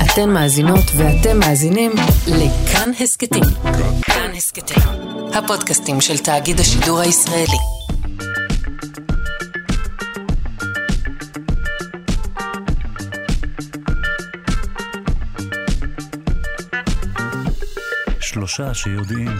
אתן מאזינות ואתם מאזינים לכאן הסקטים. כאן הסקטים, הפודקאסטים של תאגיד השידור הישראלי. שלושה שיודעים.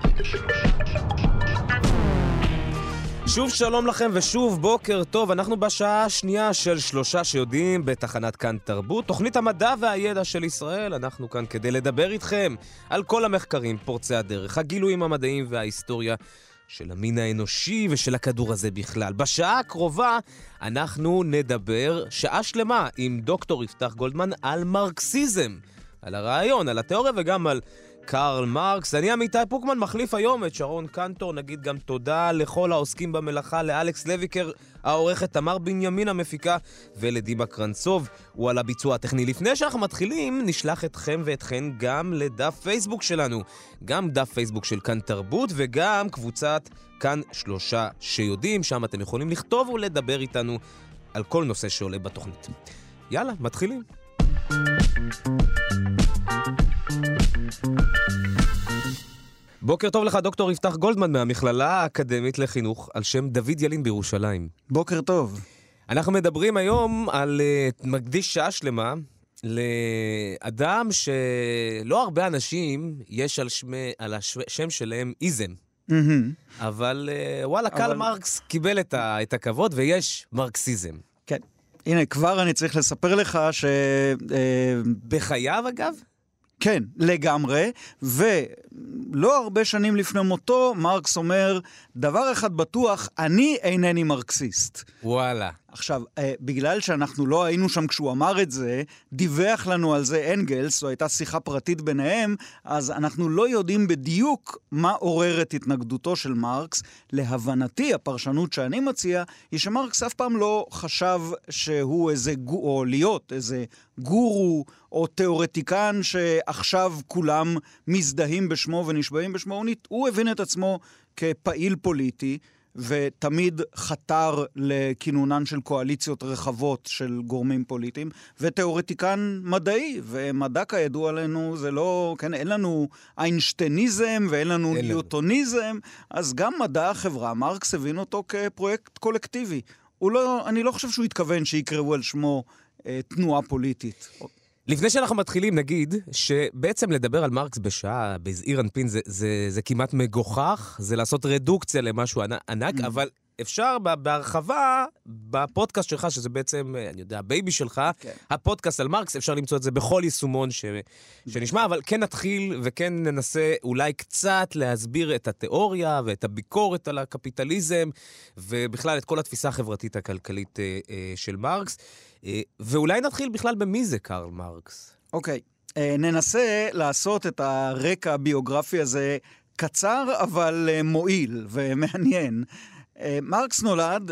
שוב שלום לכם ושוב בוקר טוב, אנחנו בשעה השנייה של שלושה שיודעים בתחנת כאן תרבות, תוכנית המדע והידע של ישראל. אנחנו כאן כדי לדבר איתכם על כל המחקרים, פורצי הדרך, הגילויים המדעיים וההיסטוריה של המין האנושי ושל הכדור הזה בכלל. בשעה הקרובה אנחנו נדבר שעה שלמה עם דוקטור יפתח גולדמן על מרקסיזם, על הרעיון, על התיאוריה וגם על קרל מרקס. אני עמיתי פוקמן, מחליף היום את שרון קנטור. נגיד גם תודה לכל העוסקים במלאכה, לאלכס לויקר העורכת, תמר בנימין המפיקה ולדימה קרנצוב הוא על הביצוע הטכני. לפני שאנחנו מתחילים נשלח אתכם ואתכן גם לדף פייסבוק שלנו, גם דף פייסבוק של כאן תרבות וגם קבוצת כאן שלושה שיודעים, שם אתם יכולים לכתוב ולדבר איתנו על כל נושא שעולה בתוכנית. יאללה, מתחילים. בוקר טוב לך דוקטור יפתח גולדמן מהמכללה האקדמית לחינוך על שם דוד ילין בירושלים. בוקר טוב. אנחנו מדברים היום על מקדיש שעה שלמה לאדם שלא הרבה אנשים יש על השם שלהם איזם. אבל וואלה, קרל מרקס קיבל את הכבוד ויש מרקסיזם. כן. הנה, כבר אני צריך לספר לך בחייו אגב? כן, לגמרי, ולא הרבה שנים לפני מותו, מרקס אומר, דבר אחד בטוח, אני אינני מרקסיסט. וואלה. עכשיו, בגלל שאנחנו לא היינו שם כשהוא אמר את זה, דיווח לנו על זה אנגלס, זו הייתה שיחה פרטית ביניהם, אז אנחנו לא יודעים בדיוק מה עורר את התנגדותו של מרקס. להבנתי, הפרשנות שאני מציע, היא שמרקס אף פעם לא חשב שהוא או להיות איזה גורו או תיאורטיקן שעכשיו כולם מזדהים בשמו ונשבעים בשמו. הוא הבין את עצמו כפעיל פוליטי, ותמיד חתר לכינונן של קואליציות רחבות של גורמים פוליטיים, ותיאורטיקן מדעי, ומדע כידוע לנו, זה לא, כן, אין לנו איינשטייניזם ואין לנו ניוטוניזם, אז גם מדע החברה, מרקס הבין אותו כפרויקט קולקטיבי. אני לא חושב שהוא התכוון שיקראו על שמו תנועה פוליטית. לפני שאנחנו מתחילים, נגיד שבעצם לדבר על מרקס בשעה, בזעיר אנפין, זה כמעט מגוחך, זה לעשות רדוקציה למשהו ענק, אבל אפשר בהרחבה, בפודקאסט שלך, שזה בעצם, אני יודע, הבייבי שלך, הפודקאסט על מרקס, אפשר למצוא את זה בכל יישומון שנשמע, אבל כן נתחיל וכן ננסה אולי קצת להסביר את התיאוריה ואת הביקורת על הקפיטליזם, ובכלל את כל התפיסה החברתית הכלכלית של מרקס. ואולי נתחיל בכלל במי זה קרל מרקס. אוקיי, ננסה לעשות את הרקע הביוגרפי הזה קצר, אבל מועיל ומעניין. מרקס נולד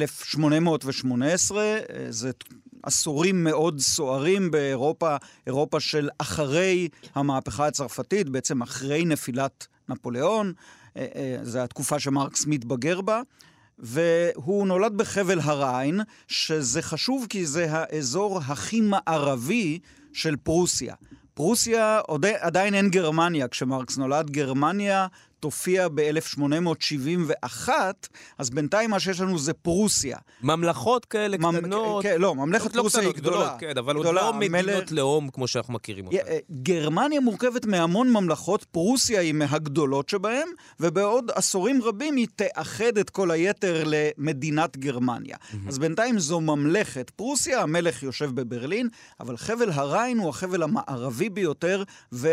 1818, זה עשורים מאוד סוערים באירופה, אירופה של אחרי המהפכה הצרפתית, בעצם אחרי נפילת נפוליאון, זו התקופה שמרקס מתבגר בה, והוא נולד בחבל הריין, שזה חשוב כי זה האזור הכי מערבי של פרוסיה. פרוסיה, עדיין אין גרמניה, כשמרקס נולד, גרמניה תופיע ב-1871, אז בינתיים מה שיש לנו זה פרוסיה. ממלכות כאלה קטנות. לא, ממלכת פרוסיה היא גדולה. כן, אבל עוד לא מדינות לאום כמו שאנחנו מכירים אותה. גרמניה מורכבת מהמון ממלכות, פרוסיה היא מהגדולות שבהן, ובעוד עשורים רבים היא תאחד את כל היתר למדינת גרמניה. אז בינתיים זו ממלכת פרוסיה, המלך יושב בברלין, אבל חבל הריין הוא החבל המערבי ביותר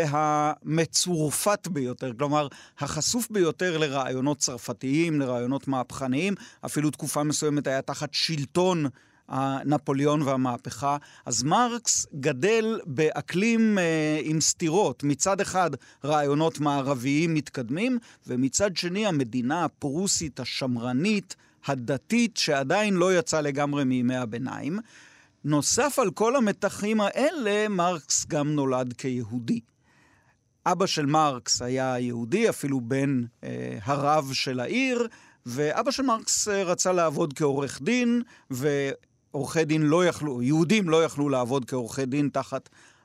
והמצורפת ביותר, כלומר, החשוף ביותר לרעיונות צרפתיים, לרעיונות מהפכניים, אפילו תקופה מסוימת היה תחת שלטון נפוליאון והמהפכה. אז מרקס גדל באקלים עם סתירות, מצד אחד רעיונות מערביים מתקדמים, ומצד שני המדינה הפרוסית השמרנית, הדתית, שעדיין לא יצא לגמרי מימי הביניים. נוסף על כל המתחים האלה, מרקס גם נולד כיהודי. אבא של מרקס היה יהודי, אפילו בן הרב של העיר, ואבא של מרקס רצה לעבוד כעורך דין, ועורכי דין לא יכלו, יהודים לא יכלו לעבוד כעורכי דין תחת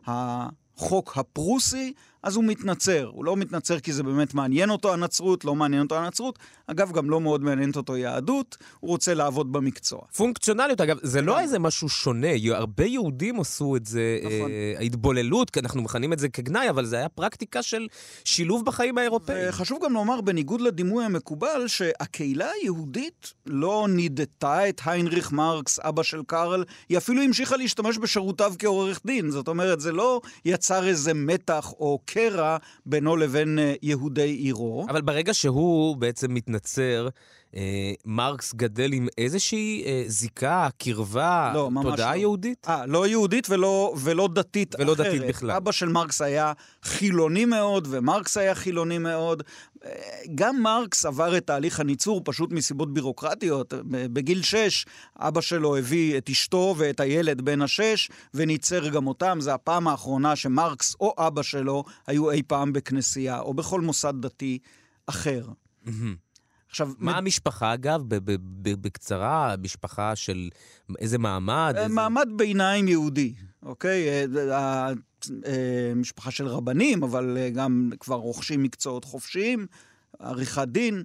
החוק הפרוסי, אז הוא מתנצר. הוא לא מתנצר כי זה באמת מעניין אותו הנצרות, לא מעניין אותו הנצרות. אגב, גם לא מאוד מעניינת אותו יהדות, הוא רוצה לעבוד במקצוע. פונקציונליות, אגב, זה לא איזה משהו שונה. הרבה יהודים עשו את זה, ההתבוללות, כי אנחנו מכנים את זה כגנאי, אבל זה היה פרקטיקה של שילוב בחיים האירופאים. וחשוב גם לומר, בניגוד לדימוי המקובל, שהקהילה היהודית לא נידתה את היינריך מרקס, אבא של קארל, היא אפילו המשיכה להשתמש בשירותיו כעורך דין. זאת אומרת, זה לא יצר איזה מתח או קרע בינו לבין יהודי עירו. אבל ברגע שהוא בעצם מתנצר, מרקס גדל עם איזושהי זיקה, קרבה, לא, תודעה יהודית? לא יהודית ולא דתית ולא אחרת. דתית בכלל. אבא של מרקס היה חילוני מאוד, ומרקס היה חילוני מאוד. גם מרקס עבר את תהליך הניצור פשוט מסיבות בירוקרטיות. בגיל 6, אבא שלו הביא את אשתו ואת הילד בן 6, וניצר גם אותם. זה הפעם האחרונה שמרקס או אבא שלו היו אי פעם בכנסייה, או בכל מוסד דתי אחר. עכשיו, מה המשפחה, אגב, בקצרה, משפחה של איזה מעמד? מעמד ביניים יהודי, אוקיי? משפחה של רבנים, אבל גם כבר רוכשים מקצועות חופשיים, עריכת דין.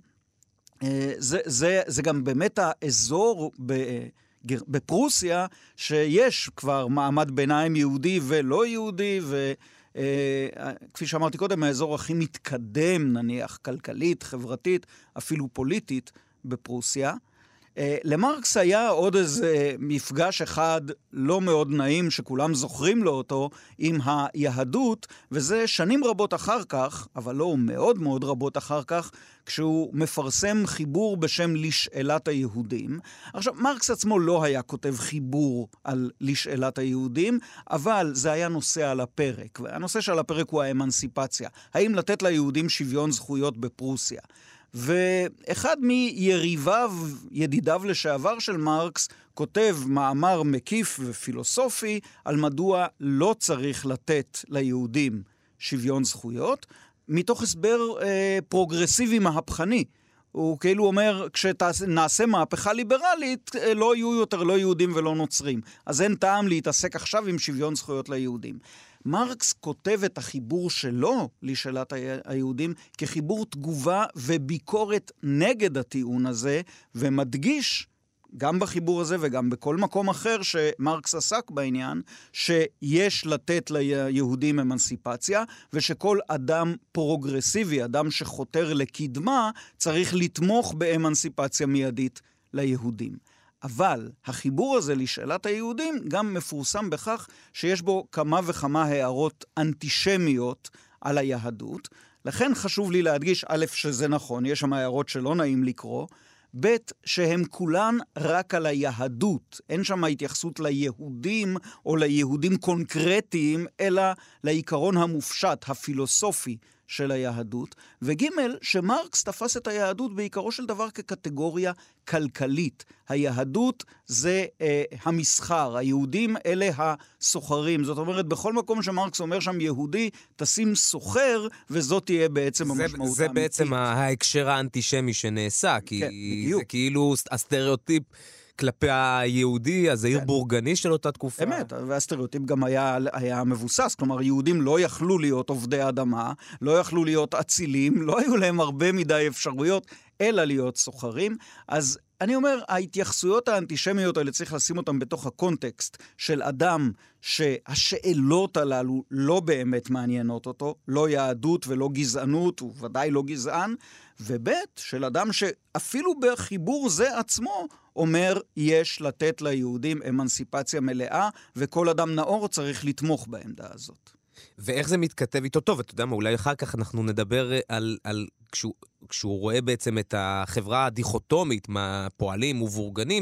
זה גם באמת האזור בפרוסיה, שיש כבר מעמד ביניים יהודי ולא יהודי, כפי שאמרתי קודם, האזור הכי מתקדם, נניח, כלכלית, חברתית, אפילו פוליטית, בפרוסיה. למרקס היה עוד איזה מפגש אחד לא מאוד נעים, שכולם זוכרים לו אותו, עם היהדות, וזה שנים רבות אחר כך, אבל לא מאוד מאוד רבות אחר כך, כשהוא מפרסם חיבור בשם לשאלת היהודים. עכשיו, מרקס עצמו לא היה כותב חיבור על לשאלת היהודים, אבל זה היה נושא על הפרק, והנושא שעל הפרק הוא האמנסיפציה. האם לתת ליהודים שוויון זכויות בפרוסיה? ואחד מיריביו, ידידיו לשעבר של מרקס, כותב מאמר מקיף ופילוסופי על מדוע לא צריך לתת ליהודים שוויון זכויות, מתוך הסבר פרוגרסיבי מהפכני. הוא כאילו אומר, כשנעשה מהפכה ליברלית, לא יהיו יותר לא יהודים ולא נוצרים. אז אין טעם להתעסק עכשיו עם שוויון זכויות ליהודים. מרקס כותב את החיבור שלו לשאלת היהודים כחיבור תגובה וביקורת נגד הטיעון הזה, ומדגיש גם בחיבור הזה וגם בכל מקום אחר שמרקס עסק בעניין, שיש לתת ליהודים אמנסיפציה, ושכל אדם פרוגרסיבי, אדם שחותר לקדמה, צריך לתמוך באמנסיפציה מיידית ליהודים. אבל החיבור הזה לשאלת היהודים גם מפורסם בכך שיש בו כמה וכמה הערות אנטישמיות על היהדות. לכן חשוב לי להדגיש, א', שזה נכון, יש שם הערות שלא נעים לקרוא, ב', שהם כולן רק על היהדות. אין שם התייחסות ליהודים או ליהודים קונקרטיים, אלא לעיקרון המופשט, הפילוסופי של היהדות. וג', שמרקס תפס את היהדות בעיקרו של דבר כקטגוריה כלכלית. היהדות זה המסחר, היהודים אלה הסוחרים. זאת אומרת, בכל מקום שמרקס אומר שם יהודי, תשים סוחר, וזאת תהיה בעצם המשמעות האמיתית. זה בעצם ההקשר האנטישמי שנעשה, כי זה כאילו הסטריאוטיפ כלפי היהודי, הזעיר בורגני של אותה תקופה. אמת, והסטריאוטיפ גם היה מבוסס, כלומר, יהודים לא יכלו להיות עובדי אדמה, לא יכלו להיות אצילים, לא היו להם הרבה מדי אפשרויות, אלא להיות סוחרים. אז אני אומר, ההתייחסויות האנטישמיות האלה צריך לשים אותם בתוך הקונטקסט של אדם שהשאלות הללו לא באמת מעניינות אותו, לא יהדות ולא גזענות, הוא ודאי לא גזען, ובית של אדם שאפילו בחיבור זה עצמו אומר, יש לתת ליהודים אמנסיפציה מלאה, וכל אדם נאור צריך לתמוך בעמדה הזאת. ואיך זה מתכתב איתו? טוב, אתה יודע מה, אולי אחר כך אנחנו נדבר על כשהוא רואה בעצם את החברה הדיכוטומית, מהפועלים ובורגנים,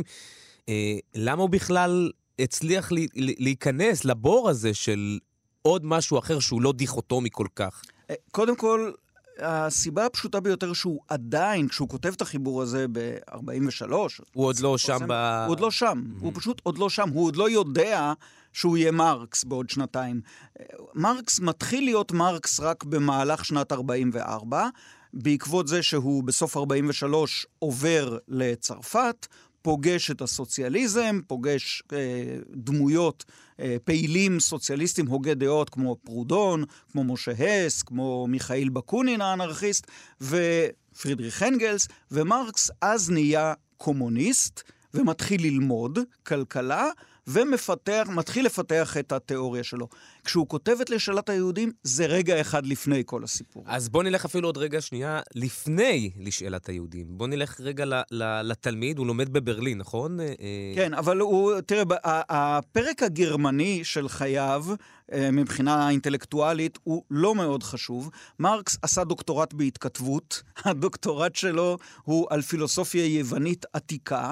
למה הוא בכלל הצליח להיכנס לבור הזה של עוד משהו אחר שהוא לא דיכוטומי כל כך? קודם כל, הסיבה הפשוטה ביותר שהוא עדיין, כשהוא כותב את החיבור הזה ב-43, הוא עוד לא שם הוא עוד לא שם, הוא פשוט עוד לא שם, הוא עוד לא יודע שהוא יהיה מרקס בעוד שנתיים. מרקס מתחיל להיות מרקס רק במהלך שנת 44, בעקבות זה שהוא בסוף 43 עובר לצרפת, פוגש את הסוציאליזם, פוגש דמויות, פעילים סוציאליסטים הוגי דעות כמו פרודון, כמו משה הס, כמו מיכאיל בקונין האנרכיסט, ופרידריך אנגלס, ומרקס אז נהיה קומוניסט, ומתחיל ללמוד כלכלה, ומתחיל לפתח את התיאוריה שלו. כשהוא כותב את לשאלת היהודים, זה רגע אחד לפני כל הסיפור. אז בוא נלך אפילו עוד רגע שנייה לפני לשאלת היהודים. בוא נלך רגע לתלמיד, הוא לומד בברלין, נכון? כן, אבל תראה, הפרק הגרמני של חייו, מבחינה אינטלקטואלית, הוא לא מאוד חשוב. מרקס עשה דוקטורט בהתכתבות, הדוקטורט שלו הוא על פילוסופיה יוונית עתיקה,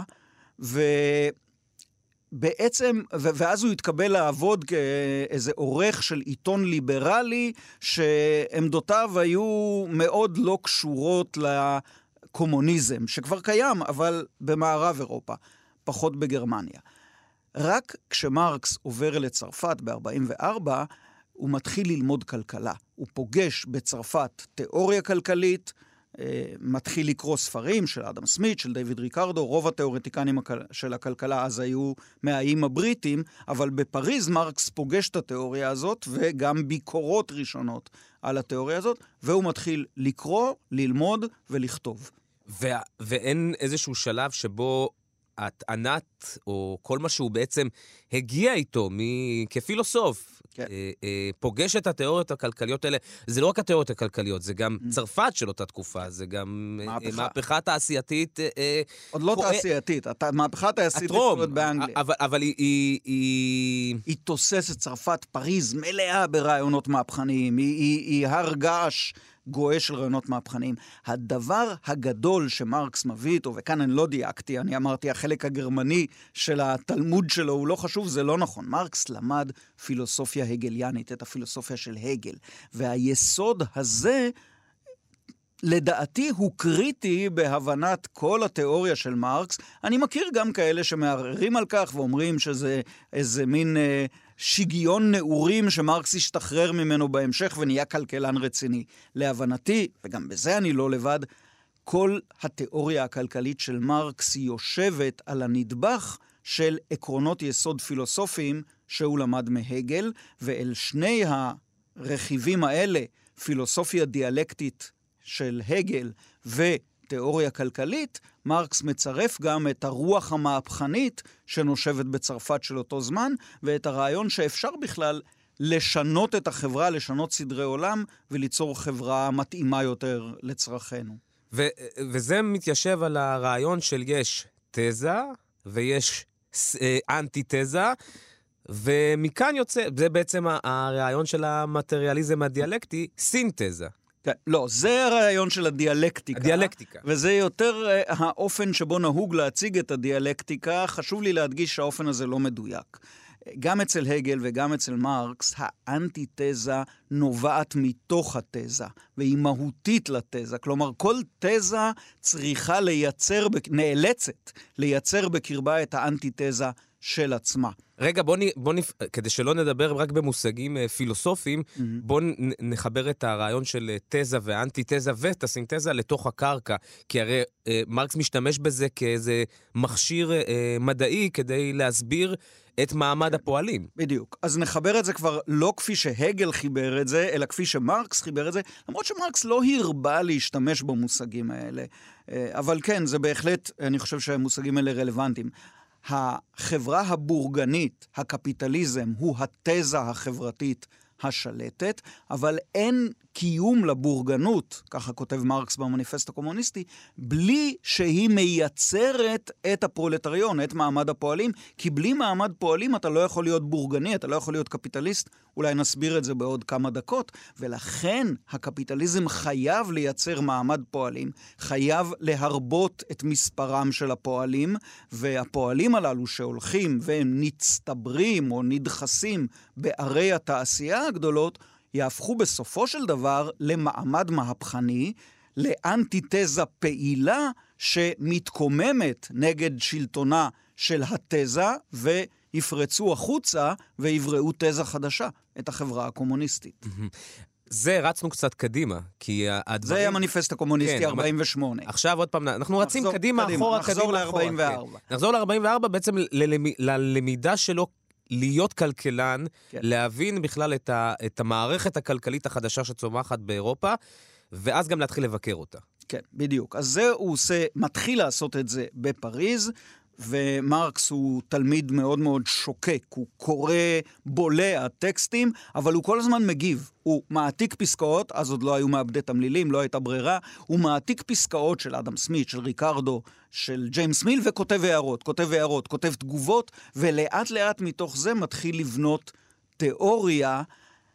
בעצם, ואז הוא התקבל לעבוד כאיזה עורך של עיתון ליברלי, שעמדותיו היו מאוד לא קשורות לקומוניזם, שכבר קיים, אבל במערב אירופה, פחות בגרמניה. רק כשמרקס עובר לצרפת ב-44, הוא מתחיל ללמוד כלכלה. הוא פוגש בצרפת תיאוריה כלכלית, מתחיל לקרוא ספרים של אדם סמית, של דיוויד ריקרדו, רוב התיאורטיקנים של הכלכלה אז היו מהאיים הבריטים, אבל בפריז מרקס פוגש את התיאוריה הזאת, וגם ביקורות ראשונות על התיאוריה הזאת, והוא מתחיל לקרוא, ללמוד ולכתוב. ואין איזשהו שלב שבו הטענת, או כל מה שהוא בעצם הגיע איתו כפילוסוף, כן. פוגש את התיאוריות הכלכליות האלה. זה לא רק התיאוריות הכלכליות, זה גם צרפת של אותה תקופה, זה גם מהפכה תעשייתית. עוד לא תעשייתית, מהפכה תעשייתית באנגליה. אבל היא תוססת צרפת, פריז, מלאה ברעיונות מהפכניים, היא הר געש גואש של רעיונות מהפכניים. הדבר הגדול שמרקס מביא איתו, וכאן אני לא דייקתי, אני אמרתי, החלק הגרמני של התלמוד שלו הוא לא חשוב, זה לא נכון. מרקס למד פילוסופיה הגליאנית, את הפילוסופיה של הגל. והיסוד הזה, לדעתי, הוא קריטי בהבנת כל התיאוריה של מרקס. אני מכיר גם כאלה שמערערים על כך ואומרים שזה איזה מין שיגיון נעורים שמרקס השתחרר ממנו בהמשך ונהיה כלכלן רציני. להבנתי, וגם בזה אני לא לבד, כל התיאוריה הכלכלית של מרקס יושבת על הנדבך של עקרונות יסוד פילוסופיים שהוא למד מהגל, ואל שני הרכיבים האלה, פילוסופיה דיאלקטית של הגל ותיאוריה כלכלית, מרקס מצרף גם את הרוח המהפכנית שנושבת בצרפת של אותו זמן, ואת הרעיון שאפשר בכלל לשנות את החברה, לשנות סדרי עולם, וליצור חברה מתאימה יותר לצרכנו. וזה מתיישב על הרעיון של יש תזה, ויש אנטי-תזה, ומכאן יוצא, זה בעצם הרעיון של המטריאליזם הדיאלקטי, סינתזה. כן, לא, זה הרעיון של הדיאלקטיקה. הדיאלקטיקה. וזה יותר האופן שבו נהוג להציג את הדיאלקטיקה. חשוב לי להדגיש שהאופן הזה לא מדויק. גם אצל הגל וגם אצל מרקס, האנטי-תזה נובעת מתוך התזה, והיא מהותית לתזה. כלומר, כל תזה צריכה נאלצת לייצר בקרבה את האנטי-תזה של עצמה. רגע, כדי שלא נדבר רק במושגים פילוסופיים, בוא נחבר את הרעיון של תזה ואנטי-תזה ואת הסינתזה לתוך הקרקע, כי הרי מרקס משתמש בזה כאיזה מכשיר מדעי כדי להסביר את מעמד הפועלים. בדיוק. אז נחבר את זה כבר לא כפי שהגל חיבר את זה, אלא כפי שמרקס חיבר את זה, למרות שמרקס לא הרבה להשתמש במושגים האלה. אבל כן, זה בהחלט, אני חושב שהמושגים האלה רלוונטיים. החברה הבורגנית, הקפיטליזם, הוא התזה החברתית השלטת, אבל אין קיום לבורגנות, ככה כותב מרקס במניפסט הקומוניסטי, בלי שהיא מייצרת את הפרולטריון, את מעמד הפועלים, כי בלי מעמד פועלים אתה לא יכול להיות בורגני, אתה לא יכול להיות קפיטליסט, אולי נסביר את זה בעוד כמה דקות, ולכן הקפיטליזם חייב לייצר מעמד פועלים, חייב להרבות את מספרם של הפועלים, והפועלים הללו שהולכים והם נצטברים או נדחסים בערי התעשייה הגדולות, יהפכו בסופו של דבר למעמד מהפכני, לאנטי-תזה פעילה שמתקוממת נגד שלטונה של התזה, ויפרצו החוצה ויבראו תזה חדשה, את החברה הקומוניסטית. זה רצנו קצת קדימה, כי הדברים... זה המניפסט הקומוניסטי, כן, 48. עכשיו עוד פעם, אנחנו רצים קדימה, אחורה, נחזור ל-44. כן. נחזור ל-44 בעצם ללמידה שלו להיות כלכלן, כן. להבין בכלל את המערכת הכלכלית החדשה שצומחת באירופה, ואז גם להתחיל לבקר אותה. כן, בדיוק. אז זה הוא מתחיל לעשות את זה בפריז, ומרקס הוא תלמיד מאוד מאוד שוקק, הוא קורא בולע טקסטים, אבל הוא כל הזמן מגיב. הוא מעתיק פסקאות, אז עוד לא היו מעבדי תמלילים, לא הייתה ברירה, הוא מעתיק פסקאות של אדם סמית, של ריקרדו, של ג'יימס מיל, וכותב הערות, כותב תגובות, ולאט לאט מתוך זה מתחיל לבנות תיאוריה.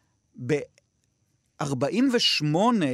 ב-48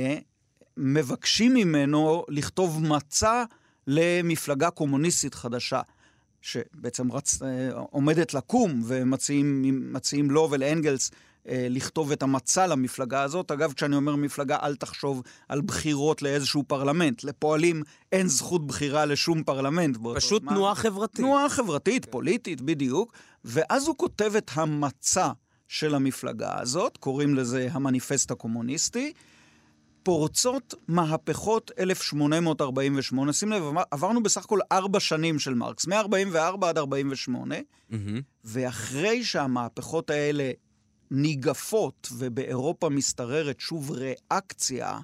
מבקשים ממנו לכתוב מצע למפלגה קומוניסטית חדשה, שבעצם עומדת לקום, ומציעים לו ולאנגלס לכתוב את המצע למפלגה הזאת. אגב, כשאני אומר מפלגה, אל תחשוב על בחירות לאיזשהו פרלמנט. לפועלים אין זכות בחירה לשום פרלמנט. פשוט תנועה חברתית. תנועה חברתית, פוליטית, בדיוק. ואז הוא כותב את המצע של המפלגה הזאת, קוראים לזה המניפסט הקומוניסטי, פורצות מהפכות 1848, שים לב, עברנו בסך הכל 4 שנים של מרקס, מ-44 עד 48, ואחרי שהמהפכות האלה ניגפות, ובאירופה מסתררת שוב ריאקציה,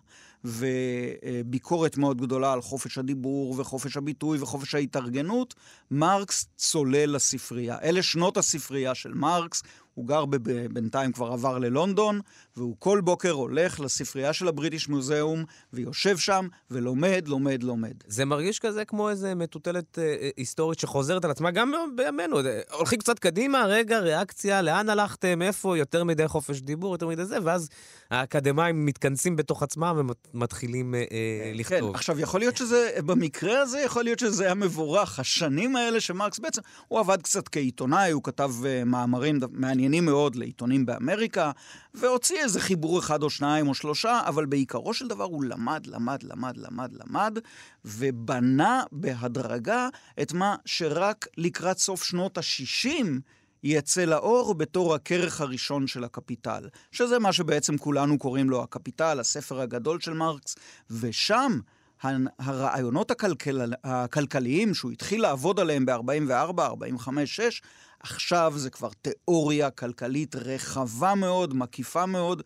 וביקורת מאוד גדולה על חופש הדיבור, וחופש הביטוי, וחופש ההתארגנות, מרקס צולל לספרייה. אלה שנות הספרייה של מרקס, הוא גר בינתיים כבר עבר ללונדון, והוא כל בוקר הולך לספרייה של הבריטיש מוזיאום, ויושב שם ולומד. זה מרגיש כזה כמו איזה מטוטלת היסטורית שחוזרת על עצמה, גם בימינו. הולכים קצת קדימה, רגע, ריאקציה, לאן הלכתם, איפה, יותר מדי חופש דיבור, יותר מדי זה, ואז האקדמיים מתכנסים בתוך עצמם ומתחילים לכתוב. כן, עכשיו יכול להיות שזה, במקרה הזה יכול להיות שזה היה מבורך. השנים האלה שמרקס בעצם, הוא עבד קצת כעיתונאי, הוא כתב מאמרים מעניינים מאוד לעיתונים באמריקה, והוציא איזה חיבור 1 או 2 או 3, אבל בעיקרו של דבר הוא למד, ובנה בהדרגה את מה שרק לקראת סוף שנות ה-60 יצא לאור בתור הכרך הראשון של הקפיטל, שזה מה שבעצם כולנו קוראים לו הקפיטל, הספר הגדול של מרקס, ושם הרעיונות הכלכליים שהוא התחיל לעבוד עליהם ב-44, 45, 6, עכשיו זה כבר תיאוריה כלכלית רחבה מאוד, מקיפה מאוד,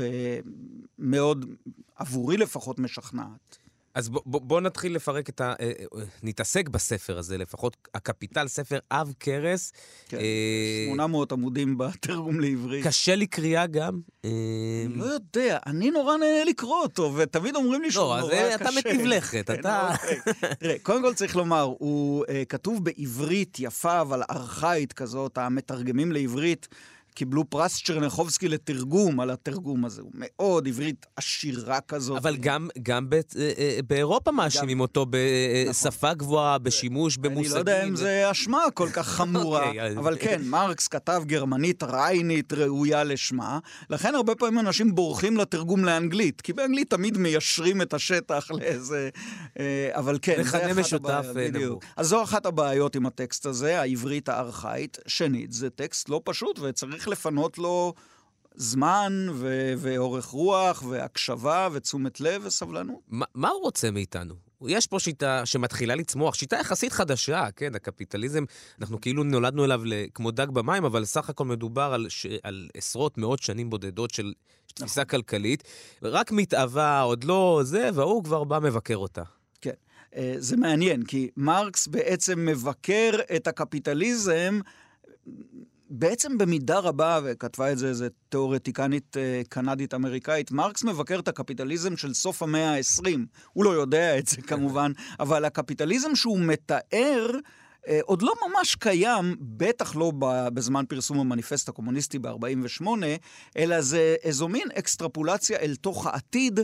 ומאוד, עבורי לפחות, משכנעת. אז בוא נתחיל לפרק נתעסק בספר הזה, לפחות הקפיטל, ספר אב קרס. כן, 800 עמודים בתרגום לעברית. קשה לי קריאה גם. לא יודע, אני נורא נהנה לקרוא אותו, ותמיד אומרים לי שהוא נורא קשה. לא, אז אתה מטיב לכת, אתה... תראה, קודם כל צריך לומר, הוא כתוב בעברית יפה, אבל ארכאית כזאת, המתרגמים לעברית, קיבלו פרס צ'רניחובסקי לתרגום על התרגום הזה. הוא מאוד עברית עשירה כזאת. אבל גם באירופה מאשימים אותו בשפה גבוהה, בשימוש במושגים. אני לא יודע אם זה אשמה כל כך חמורה, אבל כן, מרקס כתב גרמנית ריינית ראויה לשמה, לכן הרבה פעמים אנשים בורחים לתרגום לאנגלית, כי באנגלית תמיד מיישרים את השטח לאיזה... אבל כן, זה אחת הבעיות. אז זו אחת הבעיות עם הטקסט הזה, העברית הארכאית. שנית, זה טקסט לא פשוט, וצריך לפנות לו זמן ואורך רוח והקשבה ותשומת לב וסבלנות. מה הוא רוצה מאיתנו? יש פה שיטה שמתחילה לצמוח, שיטה יחסית חדשה, כן, הקפיטליזם, אנחנו כאילו נולדנו אליו כמו דג במים, אבל סך הכל מדובר על עשרות מאות שנים בודדות של תפיסה כלכלית, רק מתאווה, עוד לא זה, והוא כבר בא מבקר אותה. כן, זה מעניין, כי מרקס בעצם מבקר את הקפיטליזם בעצם במידה רבה, וכתבה את זה איזו תיאורטיקנית קנדית-אמריקאית, מרקס מבקר את הקפיטליזם של סוף המאה ה-20. הוא לא יודע את זה כמובן, אבל הקפיטליזם שהוא מתאר עוד לא ממש קיים, בטח לא בזמן פרסום המניפסט הקומוניסטי ב-48, אלא זה איזו מין אקסטרפולציה אל תוך העתיד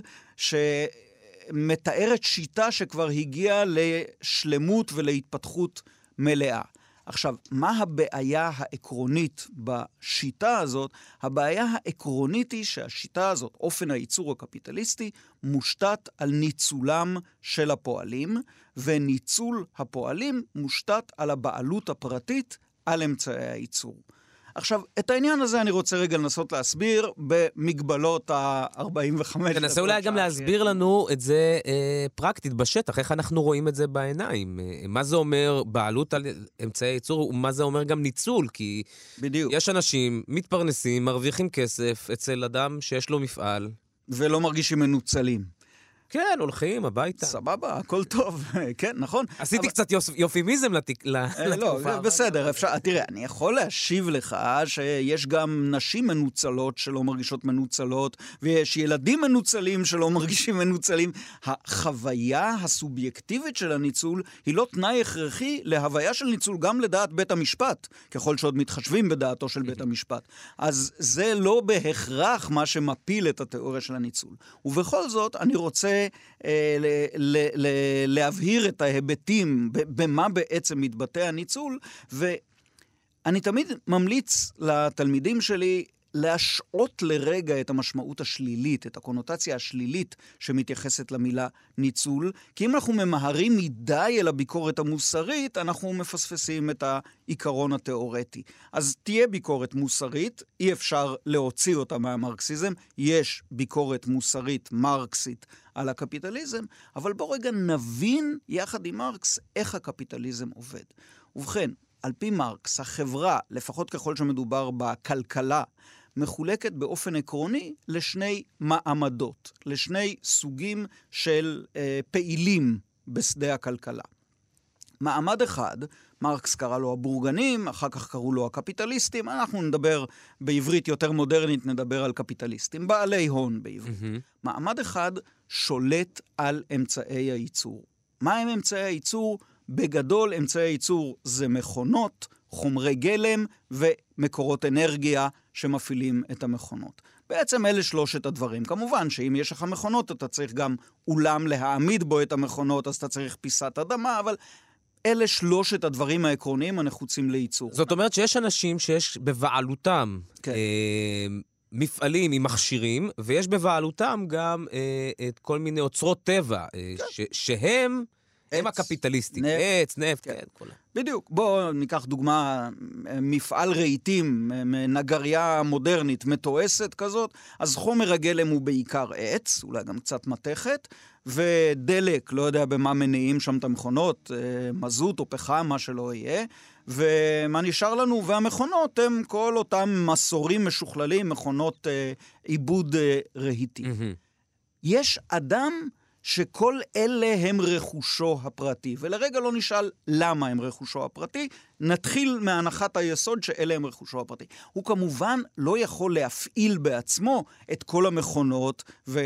שמתארת שיטה שכבר הגיעה לשלמות ולהתפתחות מלאה. עכשיו, מה הבעיה העקרונית בשיטה הזאת? הבעיה העקרונית היא שהשיטה הזאת, אופן הייצור הקפיטליסטי, מושתת על ניצולם של הפועלים, וניצול הפועלים מושתת על הבעלות הפרטית על אמצעי הייצור. עכשיו, את העניין הזה אני רוצה רגע לנסות להסביר במגבלות ה-45. תנסה אולי גם להסביר לנו את זה פרקטית בשטח, איך אנחנו רואים את זה בעיניים. מה זה אומר בעלות על אמצעי ייצור, ומה זה אומר גם ניצול, כי בדיוק. יש אנשים מתפרנסים, מרוויחים כסף אצל אדם שיש לו מפעל. ולא מרגישים מנוצלים. כן, הולכים הביתה. סבבה, הכל טוב, כן, נכון. עשיתי קצת יופימיזם לתקופה. לא, בסדר, אפשר, תראה, אני יכול להשיב לך שיש גם נשים מנוצלות שלא מרגישות מנוצלות, ויש ילדים מנוצלים שלא מרגישים מנוצלים. החוויה הסובייקטיבית של הניצול היא לא תנאי הכרחי להוויה של ניצול גם לדעת בית המשפט, ככל שעוד מתחשבים בדעתו של בית המשפט. אז זה לא בהכרח מה שמפיל את התיאוריה של הניצול. ובכל זאת, אני רוצה להבהיר את ההיבטים במה בעצם מתבטא הניצול, ואני תמיד ממליץ לתלמידים שלי להשעות לרגע את המשמעות השלילית, את הקונוטציה השלילית שמתייחסת למילה ניצול, כי אם אנחנו ממהרים מדי אל הביקורת המוסרית, אנחנו מפספסים את העיקרון התיאורטי. אז תהיה ביקורת מוסרית, אי אפשר להוציא אותה מהמרקסיזם, יש ביקורת מוסרית מרקסית על הקפיטליזם, אבל בוא רגע נבין יחד עם מרקס איך הקפיטליזם עובד. ובכן, על פי מרקס, החברה, לפחות ככל שמדובר בכלכלה, מחולקת באופן עקרוני לשני מעמדות, לשני סוגים של פעילים בשדה הכלכלה. מעמד אחד, מרקס קרא לו הבורגנים, אחר כך קראו לו הקפיטליסטים, אנחנו נדבר בעברית יותר מודרנית, נדבר על קפיטליסטים, בעלי הון בעברית. מעמד אחד שולט על אמצעי הייצור. מה הם אמצעי הייצור? בגדול אמצעי הייצור זה מכונות, חומרי גלם ומקורות אנרגיה שמפעילים את המכונות. בעצם אלה שלושת הדברים. כמובן שאם יש לך מכונות אתה צריך גם אולם להעמיד בו את המכונות, אז אתה צריך פיסת אדמה, אבל אלה שלושת הדברים העקרוניים הנחוצים לייצור. זאת אומרת שיש אנשים שיש בבעלותם מפעלים עם מכשירים, ויש בבעלותם גם את כל מיני אוצרות טבע, שהם הם הקפיטליסטים. עץ, נפט, כן. בדיוק. בואו ניקח דוגמה, מפעל רהיטים, נגריה מודרנית, מתועסת כזאת, אז חומר הגלם הוא בעיקר עץ, אולי גם קצת מתכת, ודלק, לא יודע במה מניעים שם את המכונות, מזוט או פחם, מה שלא יהיה, ומה נשאר לנו? והמכונות הם כל אותם מסורים משוכללים, מכונות עיבוד רהיטים. יש אדם שכל אלה הם רכושו הפרטי, ולרגע לא נשאל למה הם רכושו הפרטי, נתחיל מהנחת היסוד שאלה הם רכושו הפרטי. הוא כמובן לא יכול להפעיל בעצמו את כל המכונות,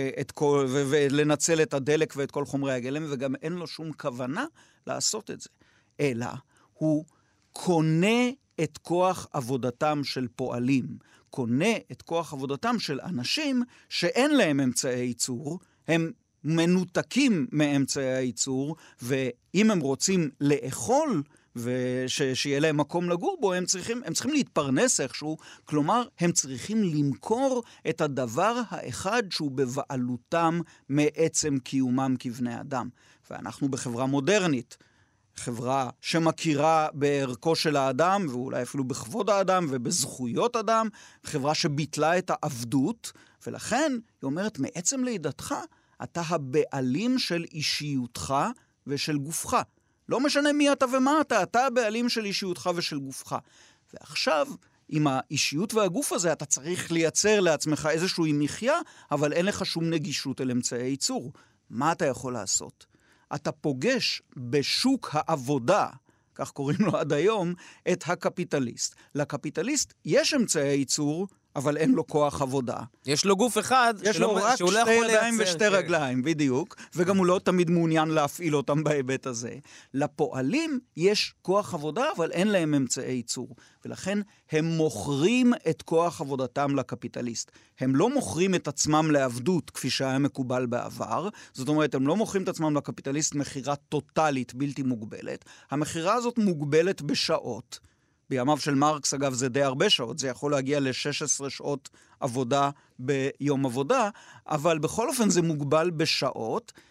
ולנצל את הדלק ואת כל חומרי הגלם, וגם אין לו שום כוונה לעשות את זה. אלא הוא קונה את כוח עבודתם של פועלים, קונה את כוח עבודתם של אנשים שאין להם אמצעי ייצור, הם מנותקים מאמצעי הייצור, ואם הם רוצים לאכול ושיהיה להם מקום לגור בו, הם צריכים להתפרנס איכשהו, כלומר, הם צריכים למכור את הדבר האחד שהוא בבעלותם מעצם קיומם כבני אדם. ואנחנו בחברה מודרנית, חברה שמכירה בערכו של האדם, ואולי אפילו בכבוד האדם ובזכויות אדם, חברה שביטלה את העבדות, ולכן היא אומרת, מעצם לידתך, אתה הבעלים של אישיותך ושל גופך. לא משנה מי אתה ומה אתה הבעלים של אישיותך ושל גופך. ועכשיו, עם האישיות והגוף הזה, אתה צריך לייצר לעצמך איזשהו מחיה, אבל אין לך שום נגישות אל אמצעי ייצור. מה אתה יכול לעשות? אתה פוגש בשוק העבודה, כך קוראים לו עד היום, את הקפיטליסט. לקפיטליסט יש אמצעי ייצור, אבל אין לו כוח עבודה. יש לו גוף אחד, יש לו רק שתי ידיים ושתי רגליים, בדיוק, וגם הוא לא תמיד מעוניין להפעיל אותם בהיבט הזה. לפועלים יש כוח עבודה, אבל אין להם אמצעי ייצור, ולכן הם מוכרים את כוח עבודתם לקפיטליסט. הם לא מוכרים את עצמם לעבדות, כפי שהיה מקובל בעבר, זאת אומרת, הם לא מוכרים את עצמם לקפיטליסט מחירה טוטלית, בלתי מוגבלת. המחירה הזאת מוגבלת בשעות, בימיו של מרקס, אגב, זה די הרבה שעות, זה יכול להגיע ל-16 שעות עבודה ביום עבודה, אבל בכל אופן זה מוגבל בשעות,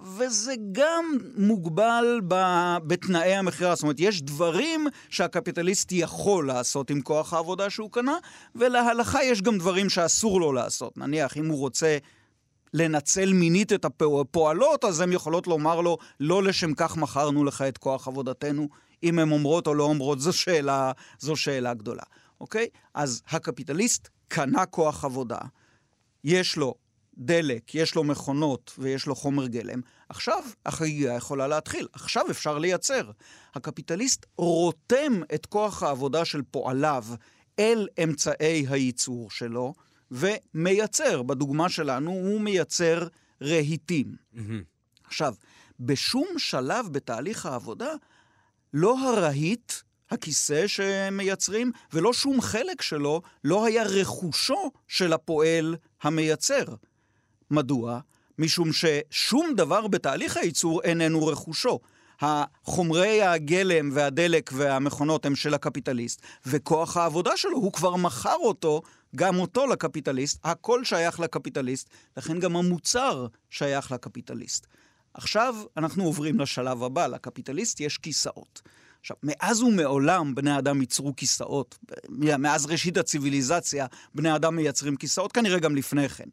וזה גם מוגבל בתנאי המחירה. זאת אומרת, יש דברים שהקפיטליסט יכול לעשות עם כוח העבודה שהוא קנה, ולהלכה יש גם דברים שאסור לו לעשות. נניח, אם הוא רוצה לנצל מינית את הפועלות, אז הם יכולות לומר לו, לא לשם כך מכרנו לך את כוח עבודתנו. אם הם אומרות או לא אומרות, זו שאלה גדולה. אוקיי? אז הקפיטליסט קנה כוח עבודה, יש לו דלק, יש לו מכונות ויש לו חומר גלם. עכשיו החגיגה יכולה להתחיל. עכשיו אפשר לייצר. הקפיטליסט רותם את כוח העבודה של פועליו אל אמצעי הייצור שלו, ומייצר. בדוגמה שלנו הוא מייצר רהיטים. עכשיו, בשום שלב בתהליך העבודה, לא הרהיט, הכיסא שמייצרים, ולא שום חלק שלו, לא היה רכושו של הפועל המייצר. מדוע? משום ששום דבר בתהליך הייצור איננו רכושו. החומרי הגלם והדלק והמכונות הם של הקפיטליסט, וכוח העבודה שלו, הוא כבר מכר אותו, גם אותו לקפיטליסט, הכל שייך לקפיטליסט, לכן גם המוצר שייך לקפיטליסט. עכשיו אנחנו עוברים לשלב הבא, לקפיטליסט יש כיסאות. עכשיו, מאז ומעולם בני אדם ייצרו כיסאות, מאז ראשית הציביליזציה בני אדם מייצרים כיסאות, כנראה גם לפני כן.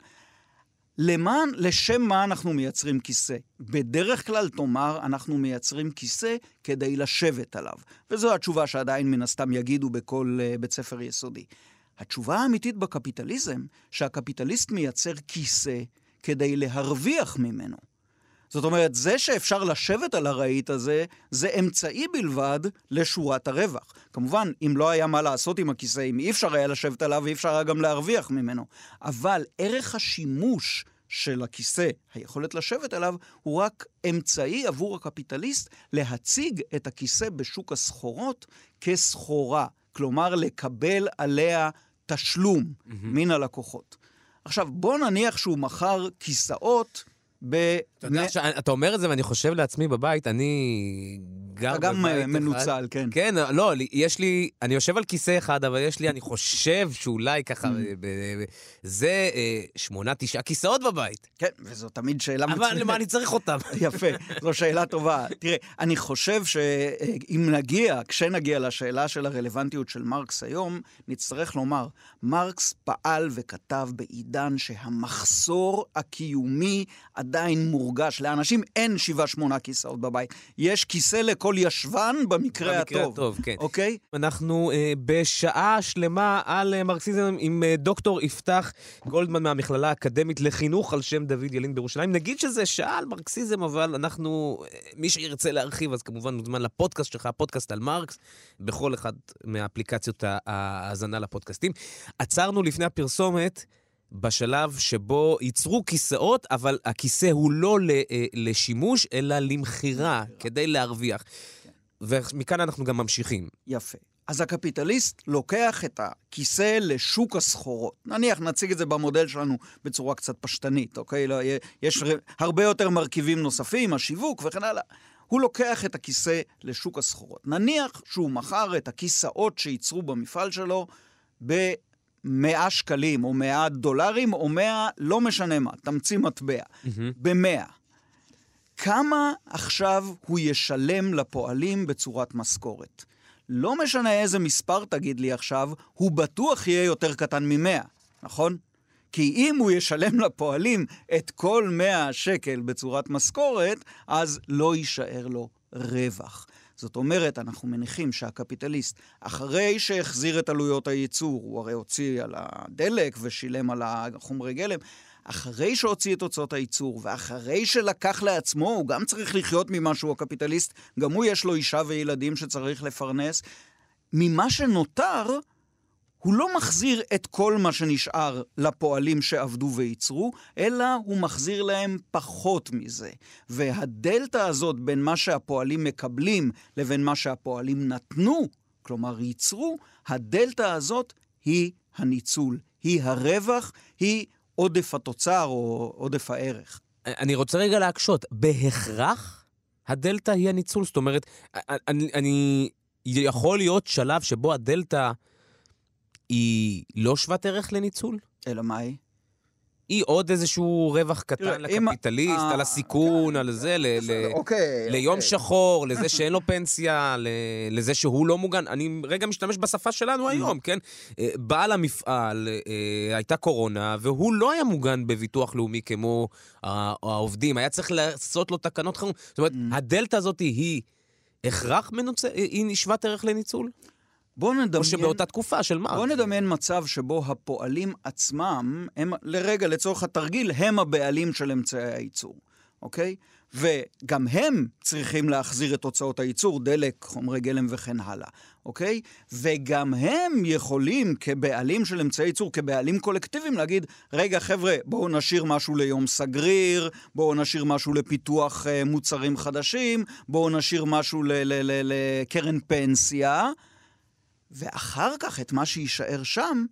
לשם מה אנחנו מייצרים כיסא? בדרך כלל תאמר, אנחנו מייצרים כיסא כדי לשבת עליו. וזו התשובה שעדיין מן הסתם יגידו בכל בית ספר יסודי. התשובה האמיתית בקפיטליזם, שהקפיטליסט מייצר כיסא כדי להרוויח ממנו. זאת אומרת, זה שאפשר לשבת על הרהיט הזה, זה אמצעי בלבד לשורת הרווח. כמובן, אם לא היה מה לעשות עם הכיסא, אם אי אפשר היה לשבת עליו, אי אפשר היה גם להרוויח ממנו. אבל ערך השימוש של הכיסא, היכולת לשבת עליו, הוא רק אמצעי עבור הקפיטליסט להציג את הכיסא בשוק הסחורות כסחורה. כלומר, לקבל עליה תשלום מן הלקוחות. עכשיו, בוא נניח שהוא מכר כיסאות אתה אומר את זה ואני חושב לעצמי בבית, אני גר בבית אחד. גם מנוצל, כן. כן, לא, יש לי, אני יושב על כיסא אחד, אבל יש לי, אני חושב שאולי ככה, זה 8-9 כיסאות בבית. כן, וזו תמיד שאלה מצוינת. אבל למה אני צריך אותם? יפה, זו שאלה טובה. תראה, אני חושב שאם כשנגיע לשאלה של הרלוונטיות של מרקס היום, נצטרך לומר, מרקס פעל וכתב בעידן שהמחסור הקיומי עדיין מורגש. לאנשים אין 7-8 כיסאות בבית. יש כיסא לכל ישבן במקרה הטוב. כן. אוקיי? אנחנו בשעה שלמה על מרקסיזם עם דוקטור יפתח גולדמן מהמכללה האקדמית לחינוך על שם דוד ילין בירושלים. נגיד שזה שעה על מרקסיזם, אבל מי שירצה להרחיב, אז כמובן מוזמן לפודקאסט שלך, הפודקאסט על מרקס, בכל אחד מהאפליקציות ההאזנה לפודקאסטים. עצרנו לפני הפרסומת, בשלב שבו ייצרו כיסאות, אבל הכיסא הוא לא לשימוש, אלא למחירה, כדי להרוויח. ומכאן אנחנו גם ממשיכים. יפה. אז הקפיטליסט לוקח את הכיסא לשוק הסחורות. נניח, נציג את זה במודל שלנו בצורה קצת פשטנית, אוקיי? יש הרבה יותר מרכיבים נוספים, השיווק וכן הלאה. הוא לוקח את הכיסא לשוק הסחורות. נניח שהוא מכר את הכיסאות שייצרו במפעל שלו 100 שקלים, או $100, או 100, לא משנה מה, תמציא מטבע, ב100. כמה עכשיו הוא ישלם לפועלים בצורת משכורת? לא משנה איזה מספר תגיד לי עכשיו, הוא בטוח יהיה יותר קטן מ100, נכון? כי אם הוא ישלם לפועלים את כל 100 שקל בצורת משכורת, אז לא יישאר לו רווח. זאת אומרת, אנחנו מניחים שהקפיטליסט, אחרי שהחזיר את עלויות הייצור, הוא הרי הוציא על הדלק ושילם על החומרי גלם, אחרי שהוציא את הוצאות הייצור, ואחרי שלקח לעצמו, הוא גם צריך לחיות ממשהו הקפיטליסט, גם הוא יש לו אישה וילדים שצריך לפרנס, ממה שנותר, הוא לא מחזיר את כל מה שנשאר לפועלים שעבדו וייצרו, אלא הוא מחזיר להם פחות מזה. והדלטה הזאת בין מה שהפועלים מקבלים לבין מה שהפועלים נתנו, כלומר ייצרו, הדלטה הזאת היא הניצול, היא הרווח, היא עודף התוצר או עודף הערך. אני רוצה רגע להקשות, בהכרח הדלטה היא הניצול, זאת אומרת, אני יכול להיות שלב שבו הדלטה היא לא שוות ערך לניצול? אלא מה היא? היא עוד איזשהו רווח קטן לקפיטליסט, על הסיכון, על זה, ליום שחור, לזה שאין לו פנסיה, לזה שהוא לא מוגן. אני רגע משתמש בשפה שלנו היום, כן? בעל המפעל, הייתה קורונה, והוא לא היה מוגן בביטוח לאומי כמו העובדים. היה צריך לעשות לו תקנות חירום. זאת אומרת, הדלטה הזאת היא הכרח היא נשבת ערך לניצול? או שבאותה תקופה של מרקס. בוא נדמיין מצב שבו הפועלים עצמם, הם לרגע לצורך התרגיל, הם הבעלים של אמצעי הייצור, אוקיי? וגם הם צריכים להחזיר את הוצאות הייצור, דלק, חומרי גלם וכן הלאה, אוקיי? וגם הם יכולים כבעלים של אמצעי ייצור, כבעלים קולקטיביים, להגיד, רגע חבר'ה, בואו נשאיר משהו ליום סגריר, בואו נשאיר משהו לפיתוח מוצרים חדשים, בואו נשאיר משהו לקרן פנסיה, ואחר כך את מה שישאר שם,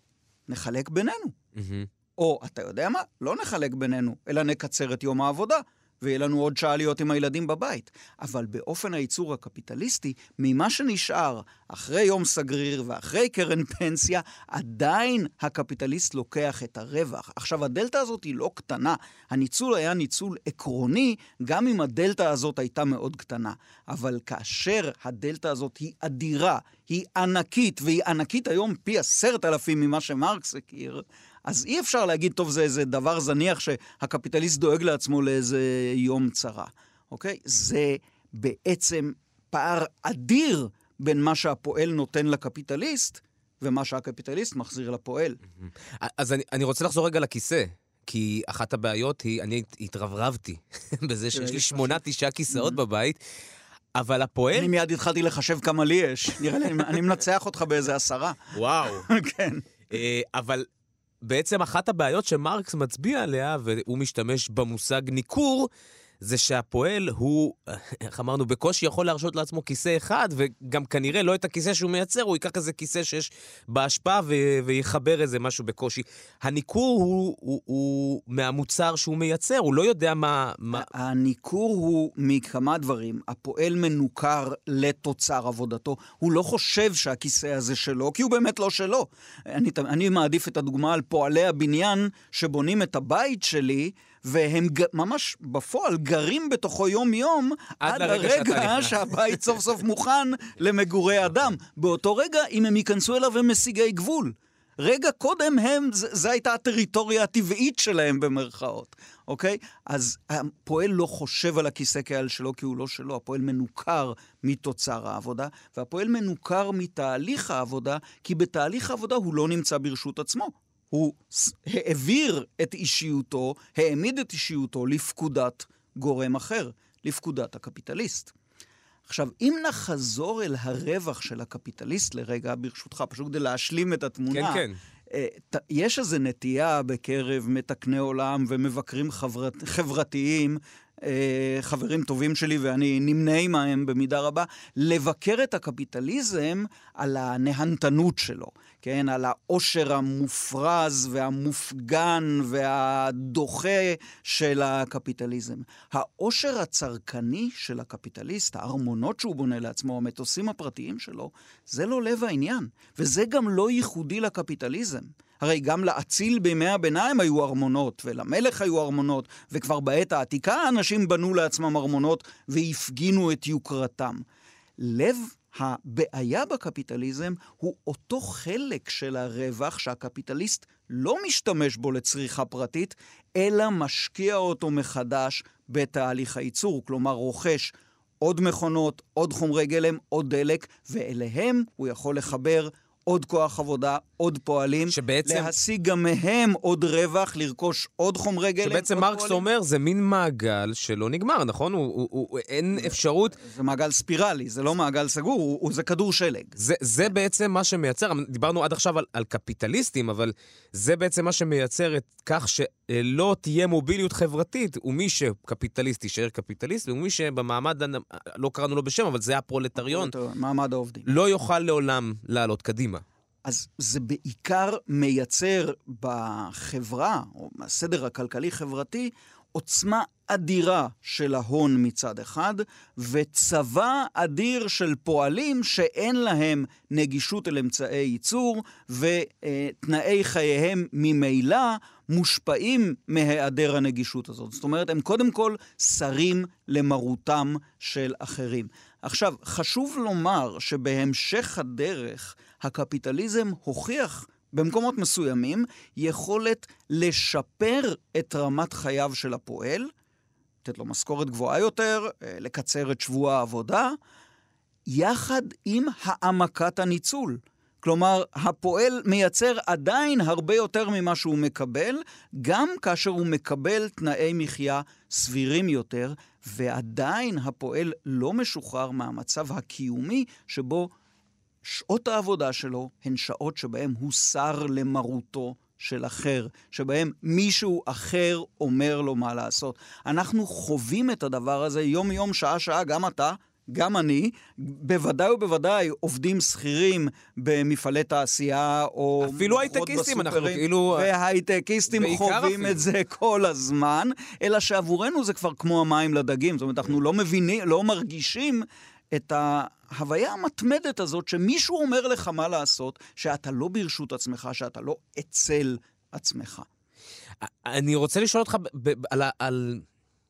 נחלק בינינו. או, אתה יודע מה? לא נחלק בינינו, אלא נקצר את יום העבודה, ויהיה לנו עוד שעה להיות עם הילדים בבית. אבל באופן הייצור הקפיטליסטי, ממה שנשאר אחרי יום סגריר ואחרי קרן פנסיה, עדיין הקפיטליסט לוקח את הרווח. עכשיו, הדלטה הזאת היא לא קטנה. הניצול היה ניצול עקרוני, גם אם הדלטה הזאת הייתה מאוד קטנה. אבל כאשר הדלטה הזאת היא אדירה, היא ענקית, והיא ענקית היום פי 10,000 ממה שמרקס הכיר, אז אי אפשר להגיד, טוב, זה איזה דבר זניח שהקפיטליסט דואג לעצמו לאיזה יום צרה. אוקיי? זה בעצם פער אדיר בין מה שהפועל נותן לקפיטליסט, ומה שהקפיטליסט מחזיר לפועל. אז אני רוצה לחזור רגע לכיסא, כי אחת הבעיות היא, אני התרברבתי בזה שיש לי 8-9 כיסאות בבית, אבל הפועל... אני מיד התחלתי לחשב כמה לי יש. נראה לי, אני מנצח אותך באיזה 10. וואו. כן. אבל... בעצם אחת הבעיות שמרקס מצביע עליה, והוא משתמש במושג ניכור, זה שהפועל הוא, איך אמרנו, בקושי יכול להרשות לעצמו כיסא אחד, וגם כנראה לא את הכיסא שהוא מייצר, הוא ייקח איזה כיסא שיש בהשפעה ויחבר איזה משהו בקושי. הניכור הוא מהמוצר שהוא מייצר, הוא לא יודע מה... הניכור הוא מכמה דברים. הפועל מנוכר לתוצר עבודתו. הוא לא חושב שהכיסא הזה שלו, כי הוא באמת לא שלו. אני מעדיף את הדוגמה על פועלי הבניין שבונים את הבית שלי, והם ממש בפועל גרים בתוכו יום-יום, עד הרגע שהבית סוף סוף מוכן למגורי אדם. באותו רגע, אם הם ייכנסו אליו, הם משיגי גבול. רגע קודם זו הייתה הטריטוריה הטבעית שלהם במרכאות. אוקיי? אז הפועל לא חושב על הכיסא כעל שלו, כי הוא לא שלו. הפועל מנוכר מתוצר העבודה, והפועל מנוכר מתהליך העבודה, כי בתהליך העבודה הוא לא נמצא ברשות עצמו. הוא העביר את אישיותו, העמיד את אישיותו לפקודת גורם אחר, לפקודת הקפיטליסט. עכשיו, אם נחזור אל הרווח של הקפיטליסט לרגע, ברשותך, פשוט כדי להשלים את התמונה, כן, כן. יש איזו נטייה בקרב מתקני עולם ומבקרים חברתיים, חברים טובים שלי ואני נמנעים מהם במידה רבה, לבקר את הקפיטליזם על הנהנתנות שלו, כן? על העושר המופרז והמופגן והדוחה של הקפיטליזם. העושר הצרכני של הקפיטליסט, הארמונות שהוא בונה לעצמו, המטוסים הפרטיים שלו, זה לא לב העניין, וזה גם לא ייחודי לקפיטליזם. הרי גם לאציל בימי הביניים היו ארמונות, ולמלך היו ארמונות, וכבר בעת העתיקה אנשים בנו לעצמם ארמונות והפגינו את יוקרתם. לב הבעיה בקפיטליזם הוא אותו חלק של הרווח שהקפיטליסט לא משתמש בו לצריכה פרטית, אלא משקיע אותו מחדש בתהליך הייצור, כלומר רוכש עוד מכונות, עוד חומרי גלם, עוד דלק, ואליהם הוא יכול לחבר עוד כוח עבודה, עוד פועלים, שבעצם... להשיג גם מהם עוד רווח, לרכוש עוד חומרי גלם. שבעצם מרקס פועלים. אומר, זה מין מעגל שלא נגמר, נכון? אין אפשרות... זה מעגל ספירלי, זה לא מעגל סגור, זה כדור שלג. זה בעצם מה שמייצר, דיברנו עד עכשיו על קפיטליסטים, אבל זה בעצם מה שמייצר את כך שלא תהיה מוביליות חברתית, ומי שקפיטליסט יישאר קפיטליסט, ומי שבמעמד, לא קראנו לו בשם, אבל זה הפרולטריון, מעמד העובדים. לא יוכל לעולם לעלות קדימה. אז זה בעיקר מייצר בחברה, או בסדר הכלכלי-חברתי, עוצמה אדירה של ההון מצד אחד, וצבא אדיר של פועלים שאין להם נגישות אל אמצעי ייצור, ותנאי חייהם ממילא מושפעים מהיעדר הנגישות הזאת. זאת אומרת, הם קודם כל שרים למרותם של אחרים. עכשיו, חשוב לומר שבהמשך הדרך, הקפיטליזם הוכיח במקומות מסוימים יכולת לשפר את רמת חייו של הפועל, לתת לו משכורת גבוהה יותר, לקצר את שבוע העבודה, יחד עם העמקת הניצול. כלומר, הפועל מייצר עדיין הרבה יותר ממה שהוא מקבל, גם כאשר הוא מקבל תנאי מחיה סבירים יותר, ועדיין הפועל לא משוחרר מהמצב הקיומי שבו שעות העבודה שלו הן שעות שבהן הוא שר למרותו של אחר, שבהם מישהו אחר אומר לו מה לעשות. אנחנו חווים את הדבר הזה יום יום, שעה שעה, גם אתה, גם אני, בוודאי ובוודאי עובדים שכירים במפעלי תעשייה, או אפילו הייטקיסטים, אנחנו כאילו... והייטקיסטים חווים את זה כל הזמן, אלא שעבורנו זה כבר כמו המים לדגים, זאת אומרת, אנחנו לא מבינים, לא מרגישים את ההוויה המתמדת הזאת, שמישהו אומר לך מה לעשות, שאתה לא ברשות עצמך, שאתה לא אצל עצמך. אני רוצה לשאול אותך על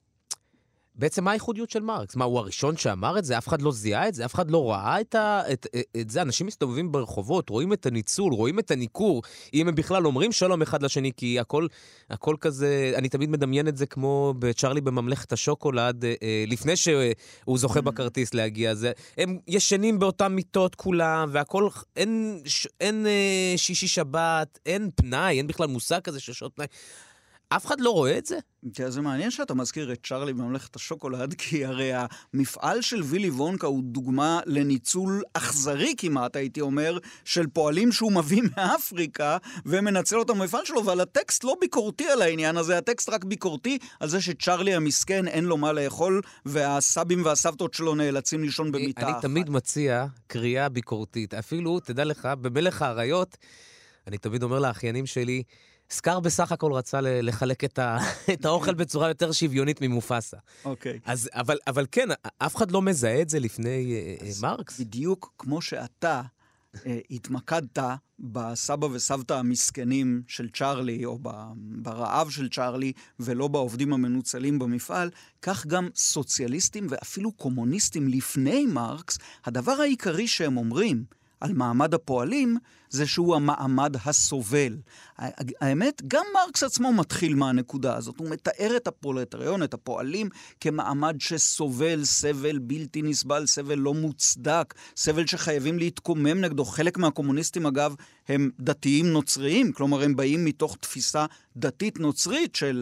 בעצם מה הייחודיות של מרקס? מה, הוא הראשון שאמר את זה? אף אחד לא זיהה את זה? אף אחד לא ראה את זה? אנשים מסתובבים ברחובות, רואים את הניצול, רואים את הניקור, אם הם בכלל אומרים שלום אחד לשני, כי הכל כזה, אני תמיד מדמיין את זה כמו בצ'רלי בממלכת השוקולד, לפני שהוא זוכה בכרטיס להגיע. הם ישנים באותם מיטות כולם, והכל, אין שישי שבת, אין פנאי, אין בכלל מושג כזה של שעות פנאי. אף אחד לא רואה את זה? זה מעניין שאתה מזכיר את צ'רלי בממלכת השוקולד, כי הרי המפעל של וילי וונקה הוא דוגמה לניצול אכזרי כמעט, הייתי אומר, של פועלים שהוא מביא מאפריקה, ומנצל אותם במפעל שלו, ועל הטקסט לא ביקורתי על העניין הזה, הטקסט רק ביקורתי על זה שצ'רלי המסכן אין לו מה לאכול, והסבים והסבתות שלו נאלצים לישון במיטה אחת. אני תמיד מציע קריאה ביקורתית, אפילו, תדע לך, במלך האריות, אני תמיד אומר לאחיינים שלי, סקאר בסך הכל רצה לחלק את האוכל בצורה יותר שוויונית ממופסה. אוקיי. אבל כן, אף אחד לא מזהה את זה לפני מרקס. בדיוק כמו שאתה התמקדת בסבא וסבתא המסכנים של צ'רלי, או ברעב של צ'רלי, ולא בעובדים המנוצלים במפעל, כך גם סוציאליסטים ואפילו קומוניסטים לפני מרקס, הדבר העיקרי שהם אומרים על מעמד הפועלים, זה שהוא המעמד הסובל. האמת, גם מרקס עצמו מתחיל מהנקודה הזאת. הוא מתאר את הפרולטריון, את הפועלים, כמעמד שסובל, סבל בלתי נסבל, סבל לא מוצדק, סבל שחייבים להתקומם נגדו. חלק מהקומוניסטים, אגב, הם דתיים נוצריים, כלומר, הם באים מתוך תפיסה דתית נוצרית של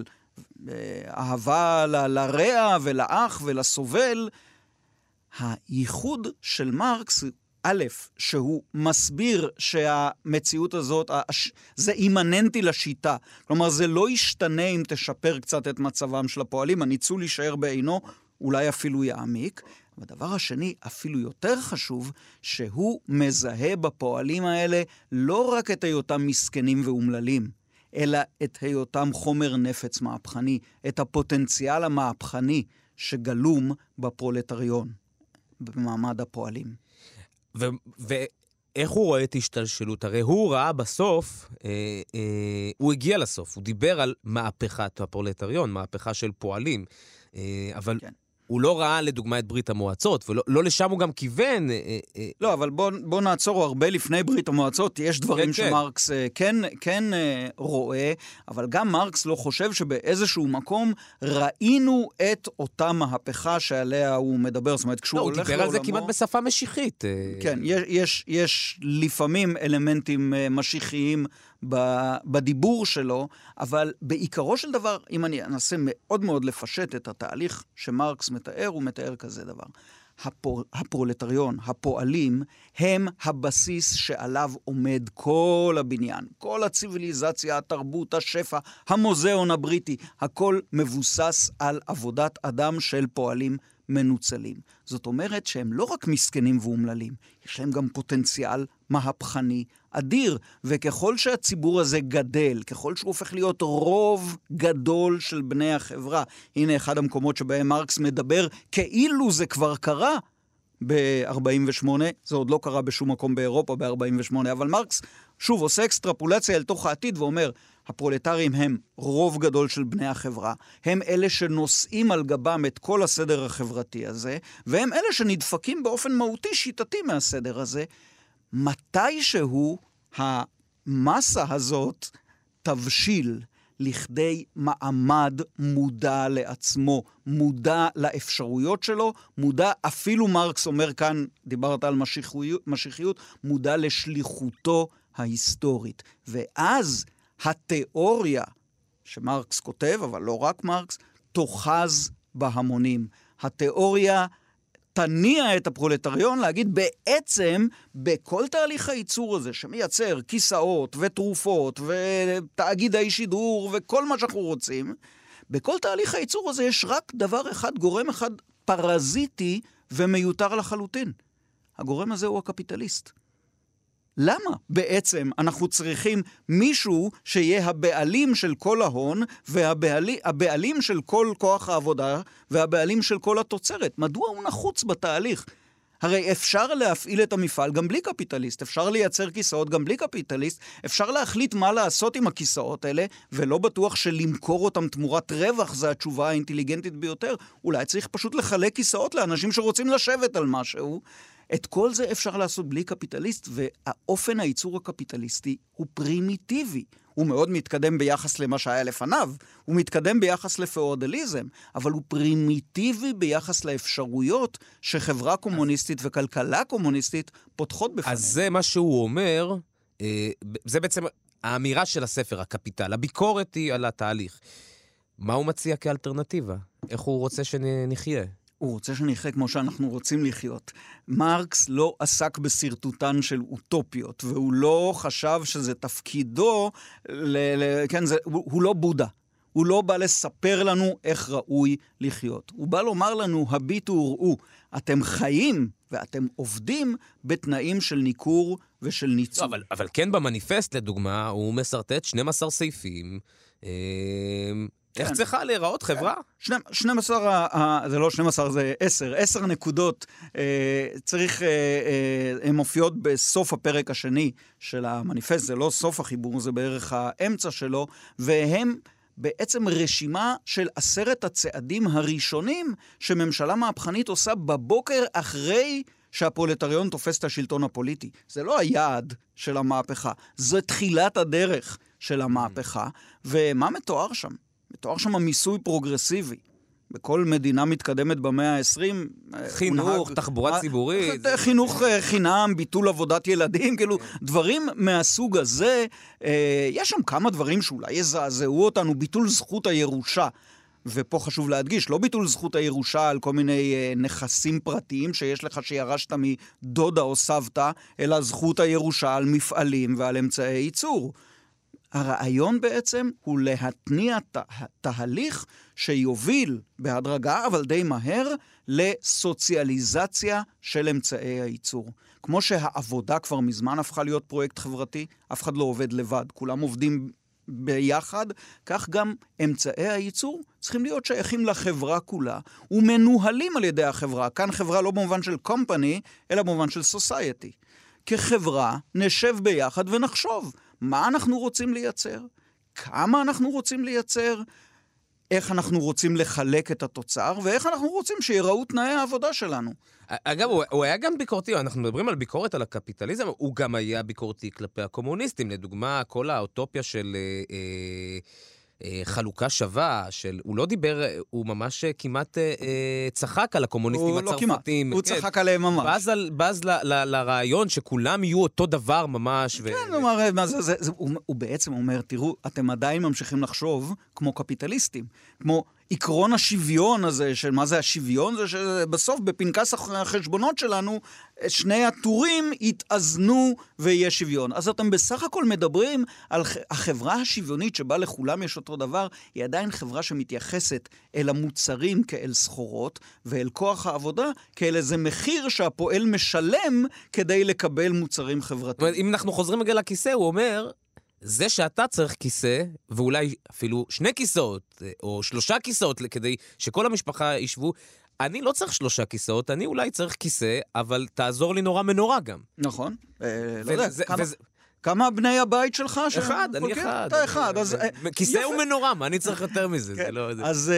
אהבה לרע ולאח ולסובל. הייחוד של מרקס א', שהוא מסביר שהמציאות הזאת, זה אימננטי לשיטה. כלומר, זה לא ישתנה אם תשפר קצת את מצבם של הפועלים, הניצול יישאר בעינו, אולי אפילו יעמיק. והדבר השני, אפילו יותר חשוב, שהוא מזהה בפועלים האלה לא רק את היותם מסכנים ואומללים, אלא את היותם חומר נפץ מהפכני, את הפוטנציאל המהפכני שגלום בפרולטריון, במעמד הפועלים. ואיך הוא רואה את השתלשלות? הרי הוא ראה בסוף, הוא הגיע לסוף, הוא דיבר על מהפכת הפרולטריון, מהפכה של פועלים, אבל כן. הוא לא ראה לדוגמה את ברית המועצות, ולא לשם הוא גם כיוון. לא, אבל בוא נעצור הרבה לפני ברית המועצות, יש דברים שמרקס כן רואה, אבל גם מרקס לא חושב שבאיזשהו מקום ראינו את אותה מהפכה שעליה הוא מדבר, זאת אומרת, כשהוא הולך לעולמו... הוא דיבר על זה כמעט בשפה משיחית. כן, יש לפעמים אלמנטים משיחיים בדיבור שלו, אבל בעיקרו של דבר, אם אני אנסה מאוד מאוד לפשט את התהליך שמרקס מתאר, הוא מתאר כזה דבר. הפרולטריון, הפועלים, הם הבסיס שעליו עומד כל הבניין. כל הציביליזציה, התרבות, השפע, המוזיאון הבריטי, הכל מבוסס על עבודת אדם של פועלים מנוצלים. זאת אומרת שהם לא רק מסכנים ואומללים, יש להם גם פוטנציאל מהפכני אדיר, וככל שהציבור הזה גדל, ככל שהוא הופך להיות רוב גדול של בני החברה, הנה אחד המקומות שבהם מרקס מדבר כאילו זה כבר קרה ב-48, זה עוד לא קרה בשום מקום באירופה ב-48, אבל מרקס שוב עושה אקסטרפולציה אל תוך העתיד ואומר, הפרולטרים הם רוב גדול של בני החברה, הם אלה שנושאים על גבם את כל הסדר החברתי הזה, והם אלה שנדפקים באופן מהותי שיטתי מהסדר הזה. מתישהו המסה הזאת תבשיל לכדי מעמד מודע לעצמו, מודע לאפשרויות שלו, מודע, אפילו מרקס אומר כאן, דיברת על משיחיות, מודע לשליחותו ההיסטורית. ואז התיאוריה שמרקס כותב, אבל לא רק מרקס, תוחז בהמונים. התיאוריה תניע את הפרולטריון להגיד בעצם בכל תהליך הייצור הזה שמייצר כיסאות ותרופות ותאגיד שידור וכל מה שאנחנו רוצים, בכל תהליך הייצור הזה יש רק דבר אחד, גורם אחד פרזיטי ומיותר לחלוטין. הגורם הזה הוא הקפיטליסט. למה בעצם אנחנו צריכים מישהו שיהיה הבעלים של כל ההון והבעלים של כל כוח העבודה והבעלים של כל התוצרת? מדוע הוא נחוץ בתהליך? הרי אפשר להפעיל את המפעל גם בלי קפיטליסט, אפשר לייצר כיסאות גם בלי קפיטליסט, אפשר להחליט מה לעשות עם הכיסאות האלה, ולא בטוח שלמכור אותם תמורת רווח זה התשובה האינטליגנטית ביותר. אולי צריך פשוט לחלק כיסאות לאנשים שרוצים לשבת על משהו. את כל זה אפשר לעשות בלי קפיטליסט, והאופן הייצור הקפיטליסטי הוא פרימיטיבי. הוא מאוד מתקדם ביחס למה שהיה לפניו, הוא מתקדם ביחס לפאודליזם, אבל הוא פרימיטיבי ביחס לאפשרויות שחברה קומוניסטית וכלכלה קומוניסטית פותחות בפניהם. אז זה מה שהוא אומר, זה בעצם האמירה של הספר, הקפיטל, הביקורת היא על התהליך. מה הוא מציע כאלטרנטיבה? איך הוא רוצה שנחיה? הוא רוצה שנחיה כמו שאנחנו רוצים לחיות. מרקס לא עסק בסרטוטן של אוטופיות, והוא לא חשב שזה תפקידו, כן, הוא לא בודה. הוא לא בא לספר לנו איך ראוי לחיות. הוא בא לומר לנו, הביטו וראו, אתם חיים ואתם עובדים בתנאים של ניכור ושל ניצול. לא, אבל כן במניפסט, לדוגמה, הוא מסרטט 12 סעיפים, איך צריכה להיראות חברה? 12, זה לא 12, זה 10 נקודות, הן מופיעות בסוף הפרק השני של המניפסט, זה לא סוף החיבור, זה בערך האמצע שלו, והם בעצם רשימה של 10 הצעדים הראשונים שממשלה מהפכנית עושה בבוקר אחרי שהפרולטריון תופס את השלטון הפוליטי. זה לא היעד של המהפכה, זה תחילת הדרך של המהפכה, ומה מתואר שם? מתואר שם המיסוי פרוגרסיבי. בכל מדינה מתקדמת במאה ה-20... חינוך, תחבורה ציבורית. חינוך חינם, ביטול עבודת ילדים, כאילו, דברים מהסוג הזה. יש שם כמה דברים שאולי יזעזעו אותנו, ביטול זכות הירושה. ופה חשוב להדגיש, לא ביטול זכות הירושה על כל מיני נכסים פרטיים שיש לך שירשת מדודה או סבתא, אלא זכות הירושה על מפעלים ועל אמצעי ייצור. הרעיון בעצם הוא להתניע תהליך שיוביל בהדרגה, אבל די מהר, לסוציאליזציה של אמצעי הייצור. כמו שהעבודה כבר מזמן הפכה להיות פרויקט חברתי, אף אחד לא עובד לבד, כולם עובדים ביחד, כך גם אמצעי הייצור צריכים להיות שייכים לחברה כולה, ומנוהלים על ידי החברה. כאן חברה לא במובן של company, אלא במובן של society. כחברה נשב ביחד ונחשוב מה אנחנו רוצים לייצר, כמה אנחנו רוצים לייצר, איך אנחנו רוצים לחלק את התוצר, ואיך אנחנו רוצים שיראו תנאי העבודה שלנו. אגב, הוא היה גם ביקורתי, אנחנו מדברים על ביקורת על הקפיטליזם, הוא גם היה ביקורתי כלפי הקומוניסטים, לדוגמה, כל האוטופיה של חלוקה שווה, הוא לא דיבר, הוא ממש כמעט צחק על הקומוניסטים הצרפתים. הוא צחק עליהם ממש. בז לרעיון שכולם יהיו אותו דבר ממש. כן, הוא בעצם אומר, תראו, אתם עדיין ממשיכים לחשוב כמו קפיטליסטים, כמו עקרון השוויון הזה, של מה זה השוויון? זה שבסוף בפנקס החשבונות שלנו, שני הטורים יתאזנו ויהיה שוויון. אז אתם בסך הכל מדברים על החברה השוויונית שבה לכולם יש אותו דבר, היא עדיין חברה שמתייחסת אל המוצרים כאל סחורות, ואל כוח העבודה כאל איזה מחיר שהפועל משלם כדי לקבל מוצרים חברתיים. אם אנחנו חוזרים רגע לכיסא, הוא אומר, זה שאתה צריך כיסא, ואולי אפילו 2 כיסאות, או 3 כיסאות, כדי שכל המשפחה ישבו, אני לא צריך 3 כיסאות, אני אולי צריך כיסא, אבל תעזור לי נורא מנורא גם. נכון. לא יודע, כמה בני הבית שלך? אחד, אני אחד. אתה אחד. כיסא ומנורה, מה אני צריך יותר מזה? אז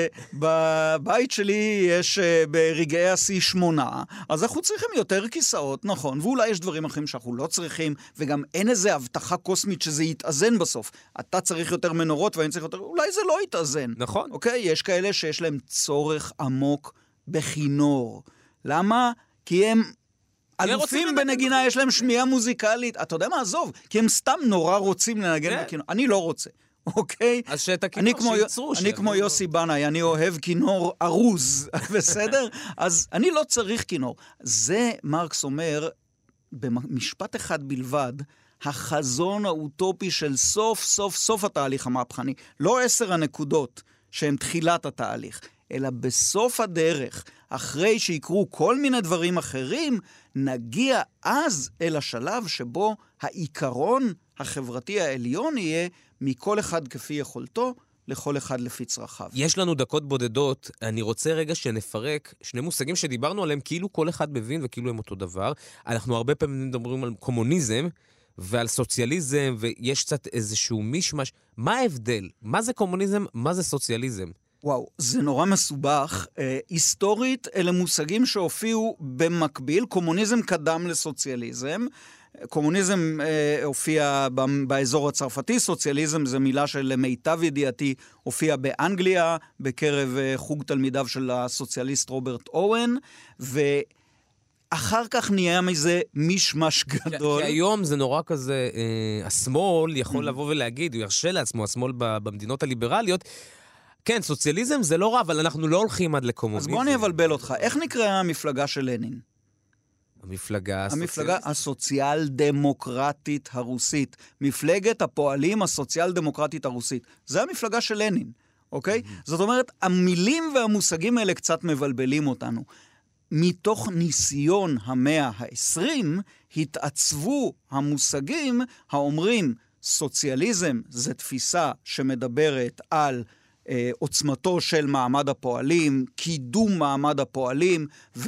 בבית שלי יש ברגעי השיא 8, אז אנחנו צריכים יותר כיסאות, נכון, ואולי יש דברים אחרים שאנחנו לא צריכים, וגם אין איזו הבטחה קוסמית שזה יתאזן בסוף. אתה צריך יותר מנורות ואני צריך יותר, אולי זה לא יתאזן. נכון. אוקיי? יש כאלה שיש להם צורך עמוק בכינור. למה? כי הם אלופים בנגינה, יש להם שמיעה מוזיקלית. אתה יודע מה? עזוב, כי הם סתם נורא רוצים לנגן בכינור. אני לא רוצה, אוקיי? אז שאת הכינור שיצרו. אני כמו יוסי בנאי, אני אוהב כינור ארוז, בסדר? אז אני לא צריך כינור. זה מרקס אומר, במשפט אחד בלבד, החזון האוטופי של סוף התהליך המהפכני. לא 10 הנקודות שהן תחילת התהליך, אלא בסוף הדרך, אחרי שיקרו כל מיני דברים אחרים, נגיע אז אל השלב שבו העיקרון החברתי העליון יהיה מכל אחד כפי יכולתו, לכל אחד לפי צרכיו. יש לנו דקות בודדות, אני רוצה רגע שנפרק 2 מושגים שדיברנו עליהם כאילו כל אחד מבין וכאילו הם אותו דבר. אנחנו הרבה פעמים מדברים על קומוניזם ועל סוציאליזם, ויש קצת איזשהו מישמש. מה ההבדל? מה זה קומוניזם? מה זה סוציאליזם? וואו, זה נורא מסובך. היסטורית, אלה מושגים שהופיעו במקביל. קומוניזם קדם לסוציאליזם. קומוניזם הופיע באזור הצרפתי, סוציאליזם זה מילה שלמיטב ידיעתי הופיע באנגליה, בקרב חוג תלמידיו של הסוציאליסט רוברט אוון, אחר כך נהיה מזה מישמש גדול. כי היום זה נורא כזה, השמאל יכול לבוא ולהגיד, הוא ירשה לעצמו, השמאל במדינות הליברליות, כן, סוציאליזם זה לא רע, אבל אנחנו לא הולכים עד לקומוניזם. אז בוא אני אבלבל אותך. איך נקראה המפלגה של לנין? המפלגה הסוציאל-דמוקרטית הרוסית. מפלגת הפועלים הסוציאל-דמוקרטית הרוסית. זה המפלגה של לנין, אוקיי? זאת אומרת, המילים והמושגים האלה קצת מבלבלים אותנו. מתוך ניסיון המאה ה-20, התעצבו המושגים האומרים, סוציאליזם זה תפיסה שמדברת על עוצמתו של מעמד הפועלים, קידום מעמד הפועלים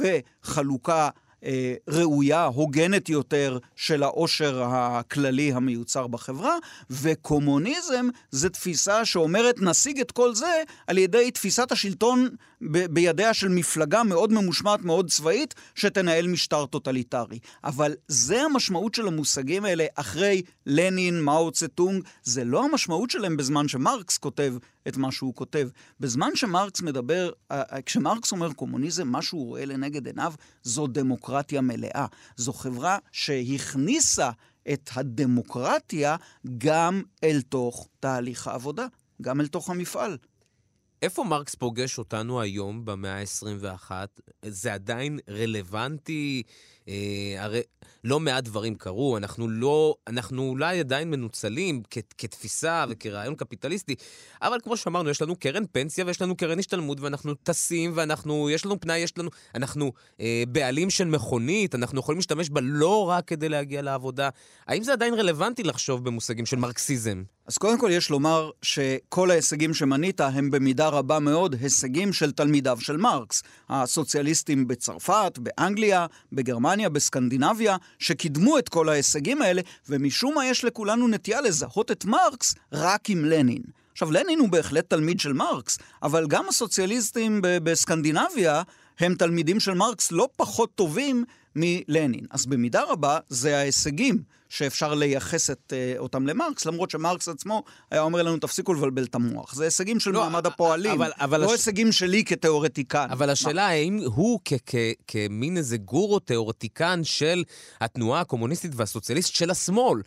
וחלוקה ראויה, הוגנת יותר של העושר הכללי המיוצר בחברה, וקומוניזם זה תפיסה שאומרת נשיג את כל זה על ידי תפיסת השלטון בידיה של מפלגה מאוד ממושמעת, מאוד צבאית, שתנהל משטר טוטליטרי. אבל זה המשמעות של המושגים האלה אחרי לנין, מאו צטונג, זה לא המשמעות שלהם בזמן שמרקס כותב את מה שהוא כותב. בזמן שמרקס מדבר, כשמרקס אומר קומוניזם, מה שהוא רואה לנגד עיניו, זו דמוקרטיה מלאה. זו חברה שהכניסה את הדמוקרטיה גם אל תוך תהליך העבודה, גם אל תוך המפעל. איפה מרקס פוגש אותנו היום במאה ה-21? זה עדיין רלוונטי? הרי לא מעט דברים קרו, אנחנו אולי עדיין מנוצלים כתפיסה וכרעיון קפיטליסטי, אבל כמו שאמרנו, יש לנו קרן פנסיה ויש לנו קרן השתלמות, ואנחנו טסים, יש לנו פנאי, אנחנו בעלים של מכונית, אנחנו יכולים להשתמש בה לא רק כדי להגיע לעבודה. האם זה עדיין רלוונטי לחשוב במושגים של מרקסיזם? אז קודם כל יש לומר שכל ההישגים שמנית הם במידה רבה מאוד הישגים של תלמידיו של מרקס. הסוציאליסטים בצרפת, באנגליה, בגרמניה, בסקנדינביה, שקידמו את כל ההישגים האלה, ומשום מה יש לכולנו נטייה לזהות את מרקס רק עם לנין. עכשיו, לנין הוא בהחלט תלמיד של מרקס, אבל גם הסוציאליסטים בסקנדינביה הם תלמידים של מרקס לא פחות טובים מלנין. אז במידה רבה זה ההישגים שאפשר לייחס אותם למרקס, למרות שמרקס עצמו היה אומר לנו, תפסיקו לבלבל את המוח. זה הישגים של מעמד הפועלים, לא הישגים שלי כתיאורטיקן. אבל השאלה, האם הוא כמין איזה גורו תיאורטיקן של התנועה הקומוניסטית והסוציאליסט של השמאל,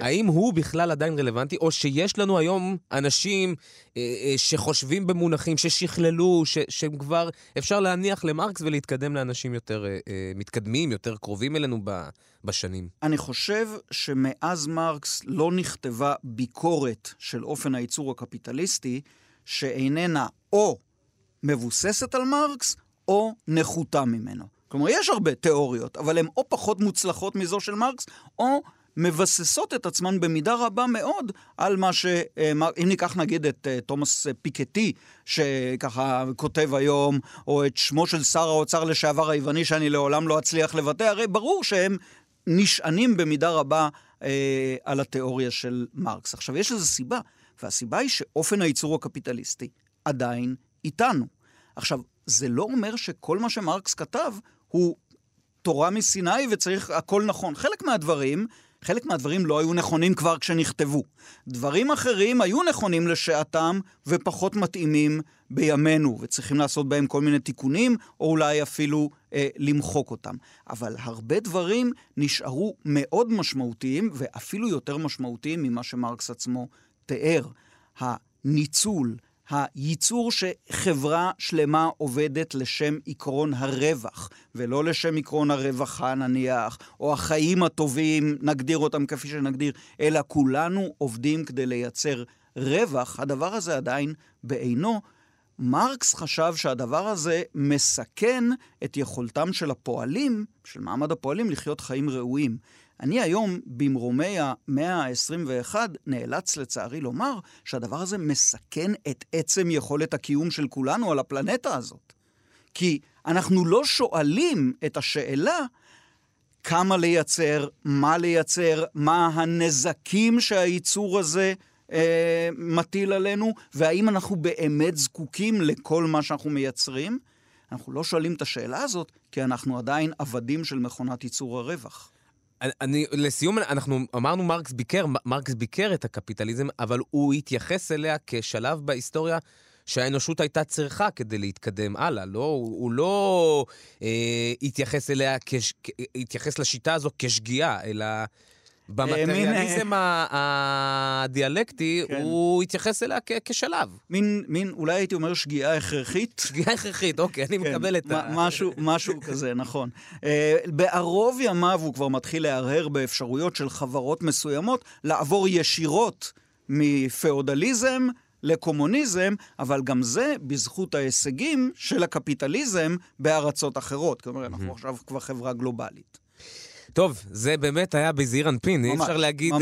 האם הוא בכלל עדיין רלוונטי, או שיש לנו היום אנשים שחושבים במונחים, ששכללו, שהם כבר אפשר להניח למרקס ולהתקדם לאנשים יותר מתקדמים, יותר קרובים אלינו בשנים? אני חושב שמאז מרקס לא נכתבה ביקורת של אופן הייצור הקפיטליסטי, שאיננה או מבוססת על מרקס, או נחותה ממנו. כלומר, יש הרבה תיאוריות, אבל הן או פחות מוצלחות מזו של מרקס, או מבססות את עצמן במידה רבה מאוד על מה אם ניקח נגיד את תומאס פיקטי, שככה כותב היום, או את שמו של שר האוצר לשעבר היווני, שאני לעולם לא אצליח לבטא, הרי ברור שהם נשענים במידה רבה על התיאוריה של מרקס. עכשיו, יש לזה סיבה, והסיבה היא שאופן הייצור הקפיטליסטי עדיין איתנו. עכשיו, זה לא אומר שכל מה שמרקס כתב הוא תורה מסיני וצריך הכל נכון. חלק מהדברים לא היו נכונים כבר כשנכתבו. דברים אחרים היו נכונים לשעתם ופחות מתאימים בימינו, וצריכים לעשות בהם כל מיני תיקונים, או אולי אפילו למחוק אותם. אבל הרבה דברים נשארו מאוד משמעותיים, ואפילו יותר משמעותיים ממה שמרקס עצמו תיאר. הניצול, הייצור שחברה שלמה עובדת לשם עקרון הרווח, ולא לשם עקרון הרווחה נניח, או החיים הטובים, נגדיר אותם כפי שנגדיר, אלא כולנו עובדים כדי לייצר רווח. הדבר הזה עדיין בעינו. מרקס חשב שהדבר הזה מסכן את יכולתם של הפועלים, של מעמד הפועלים, לחיות חיים ראויים. אני היום, במרומי המאה ה-21, נאלץ לצערי לומר שהדבר הזה מסכן את עצם יכולת הקיום של כולנו על הפלנטה הזאת. כי אנחנו לא שואלים את השאלה כמה לייצר, מה הנזקים שהייצור הזה מטיל עלינו, והאם אנחנו באמת זקוקים לכל מה שאנחנו מייצרים. אנחנו לא שואלים את השאלה הזאת, כי אנחנו עדיין עבדים של מכונת ייצור הרווח. לסיום, אנחנו אמרנו מרקס ביקר את הקפיטליזם, אבל הוא התייחס אליה כשלב בהיסטוריה שהאנושות הייתה צריכה כדי להתקדם הלאה. הוא לא התייחס אליה, התייחס לשיטה הזו כשגיאה, אלא במטריאליזם הדיאלקטי, הוא התייחס אליה כשלב. אולי הייתי אומר שגיאה הכרחית. שגיאה הכרחית, אוקיי, אני מקבל את משהו כזה, נכון. בערוב ימיו הוא כבר מתחיל להרהר באפשרויות של חברות מסוימות, לעבור ישירות מפאודליזם לקומוניזם, אבל גם זה בזכות ההישגים של הקפיטליזם בארצות אחרות. כלומר, אנחנו עכשיו כבר חברה גלובלית. טוב, זה באמת היה בזעיר אנפין, אי אפשר להגיד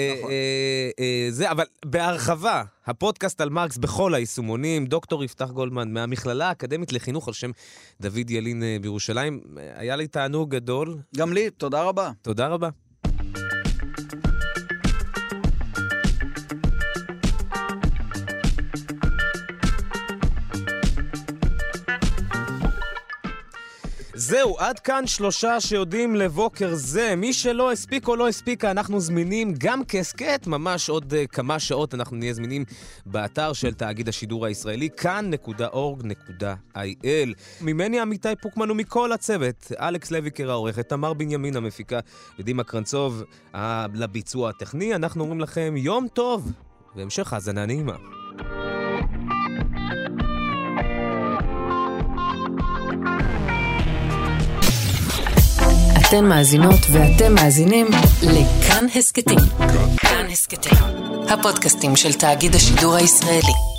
זה, אבל בהרחבה, הפודקאסט על מרקס בכל היישומונים, דוקטור יפתח גולדמן מהמכללה האקדמית לחינוך על שם דוד ילין בירושלים, היה לי תענוג גדול. גם לי, תודה רבה. תודה רבה. זהו, עד כאן 3 שיודעים לבוקר זה. מי שלא הספיק או לא הספיקה, אנחנו זמינים גם כסקט, ממש עוד כמה שעות אנחנו נהיה זמינים באתר של תאגיד השידור הישראלי, כאן.org.il. ממני עמיתי פוקמן ומכל הצוות, אלכס לויקר העורכת, תמר בנימין המפיקה ודימה קרנצוב לביצוע הטכני. אנחנו אומרים לכם יום טוב והמשך האזנה נעימה. אתן מאזינות ואתם מאזינים לכאן הסקטים. כאן הסקטים, הפודקאסטים של תאגיד השידור הישראלי.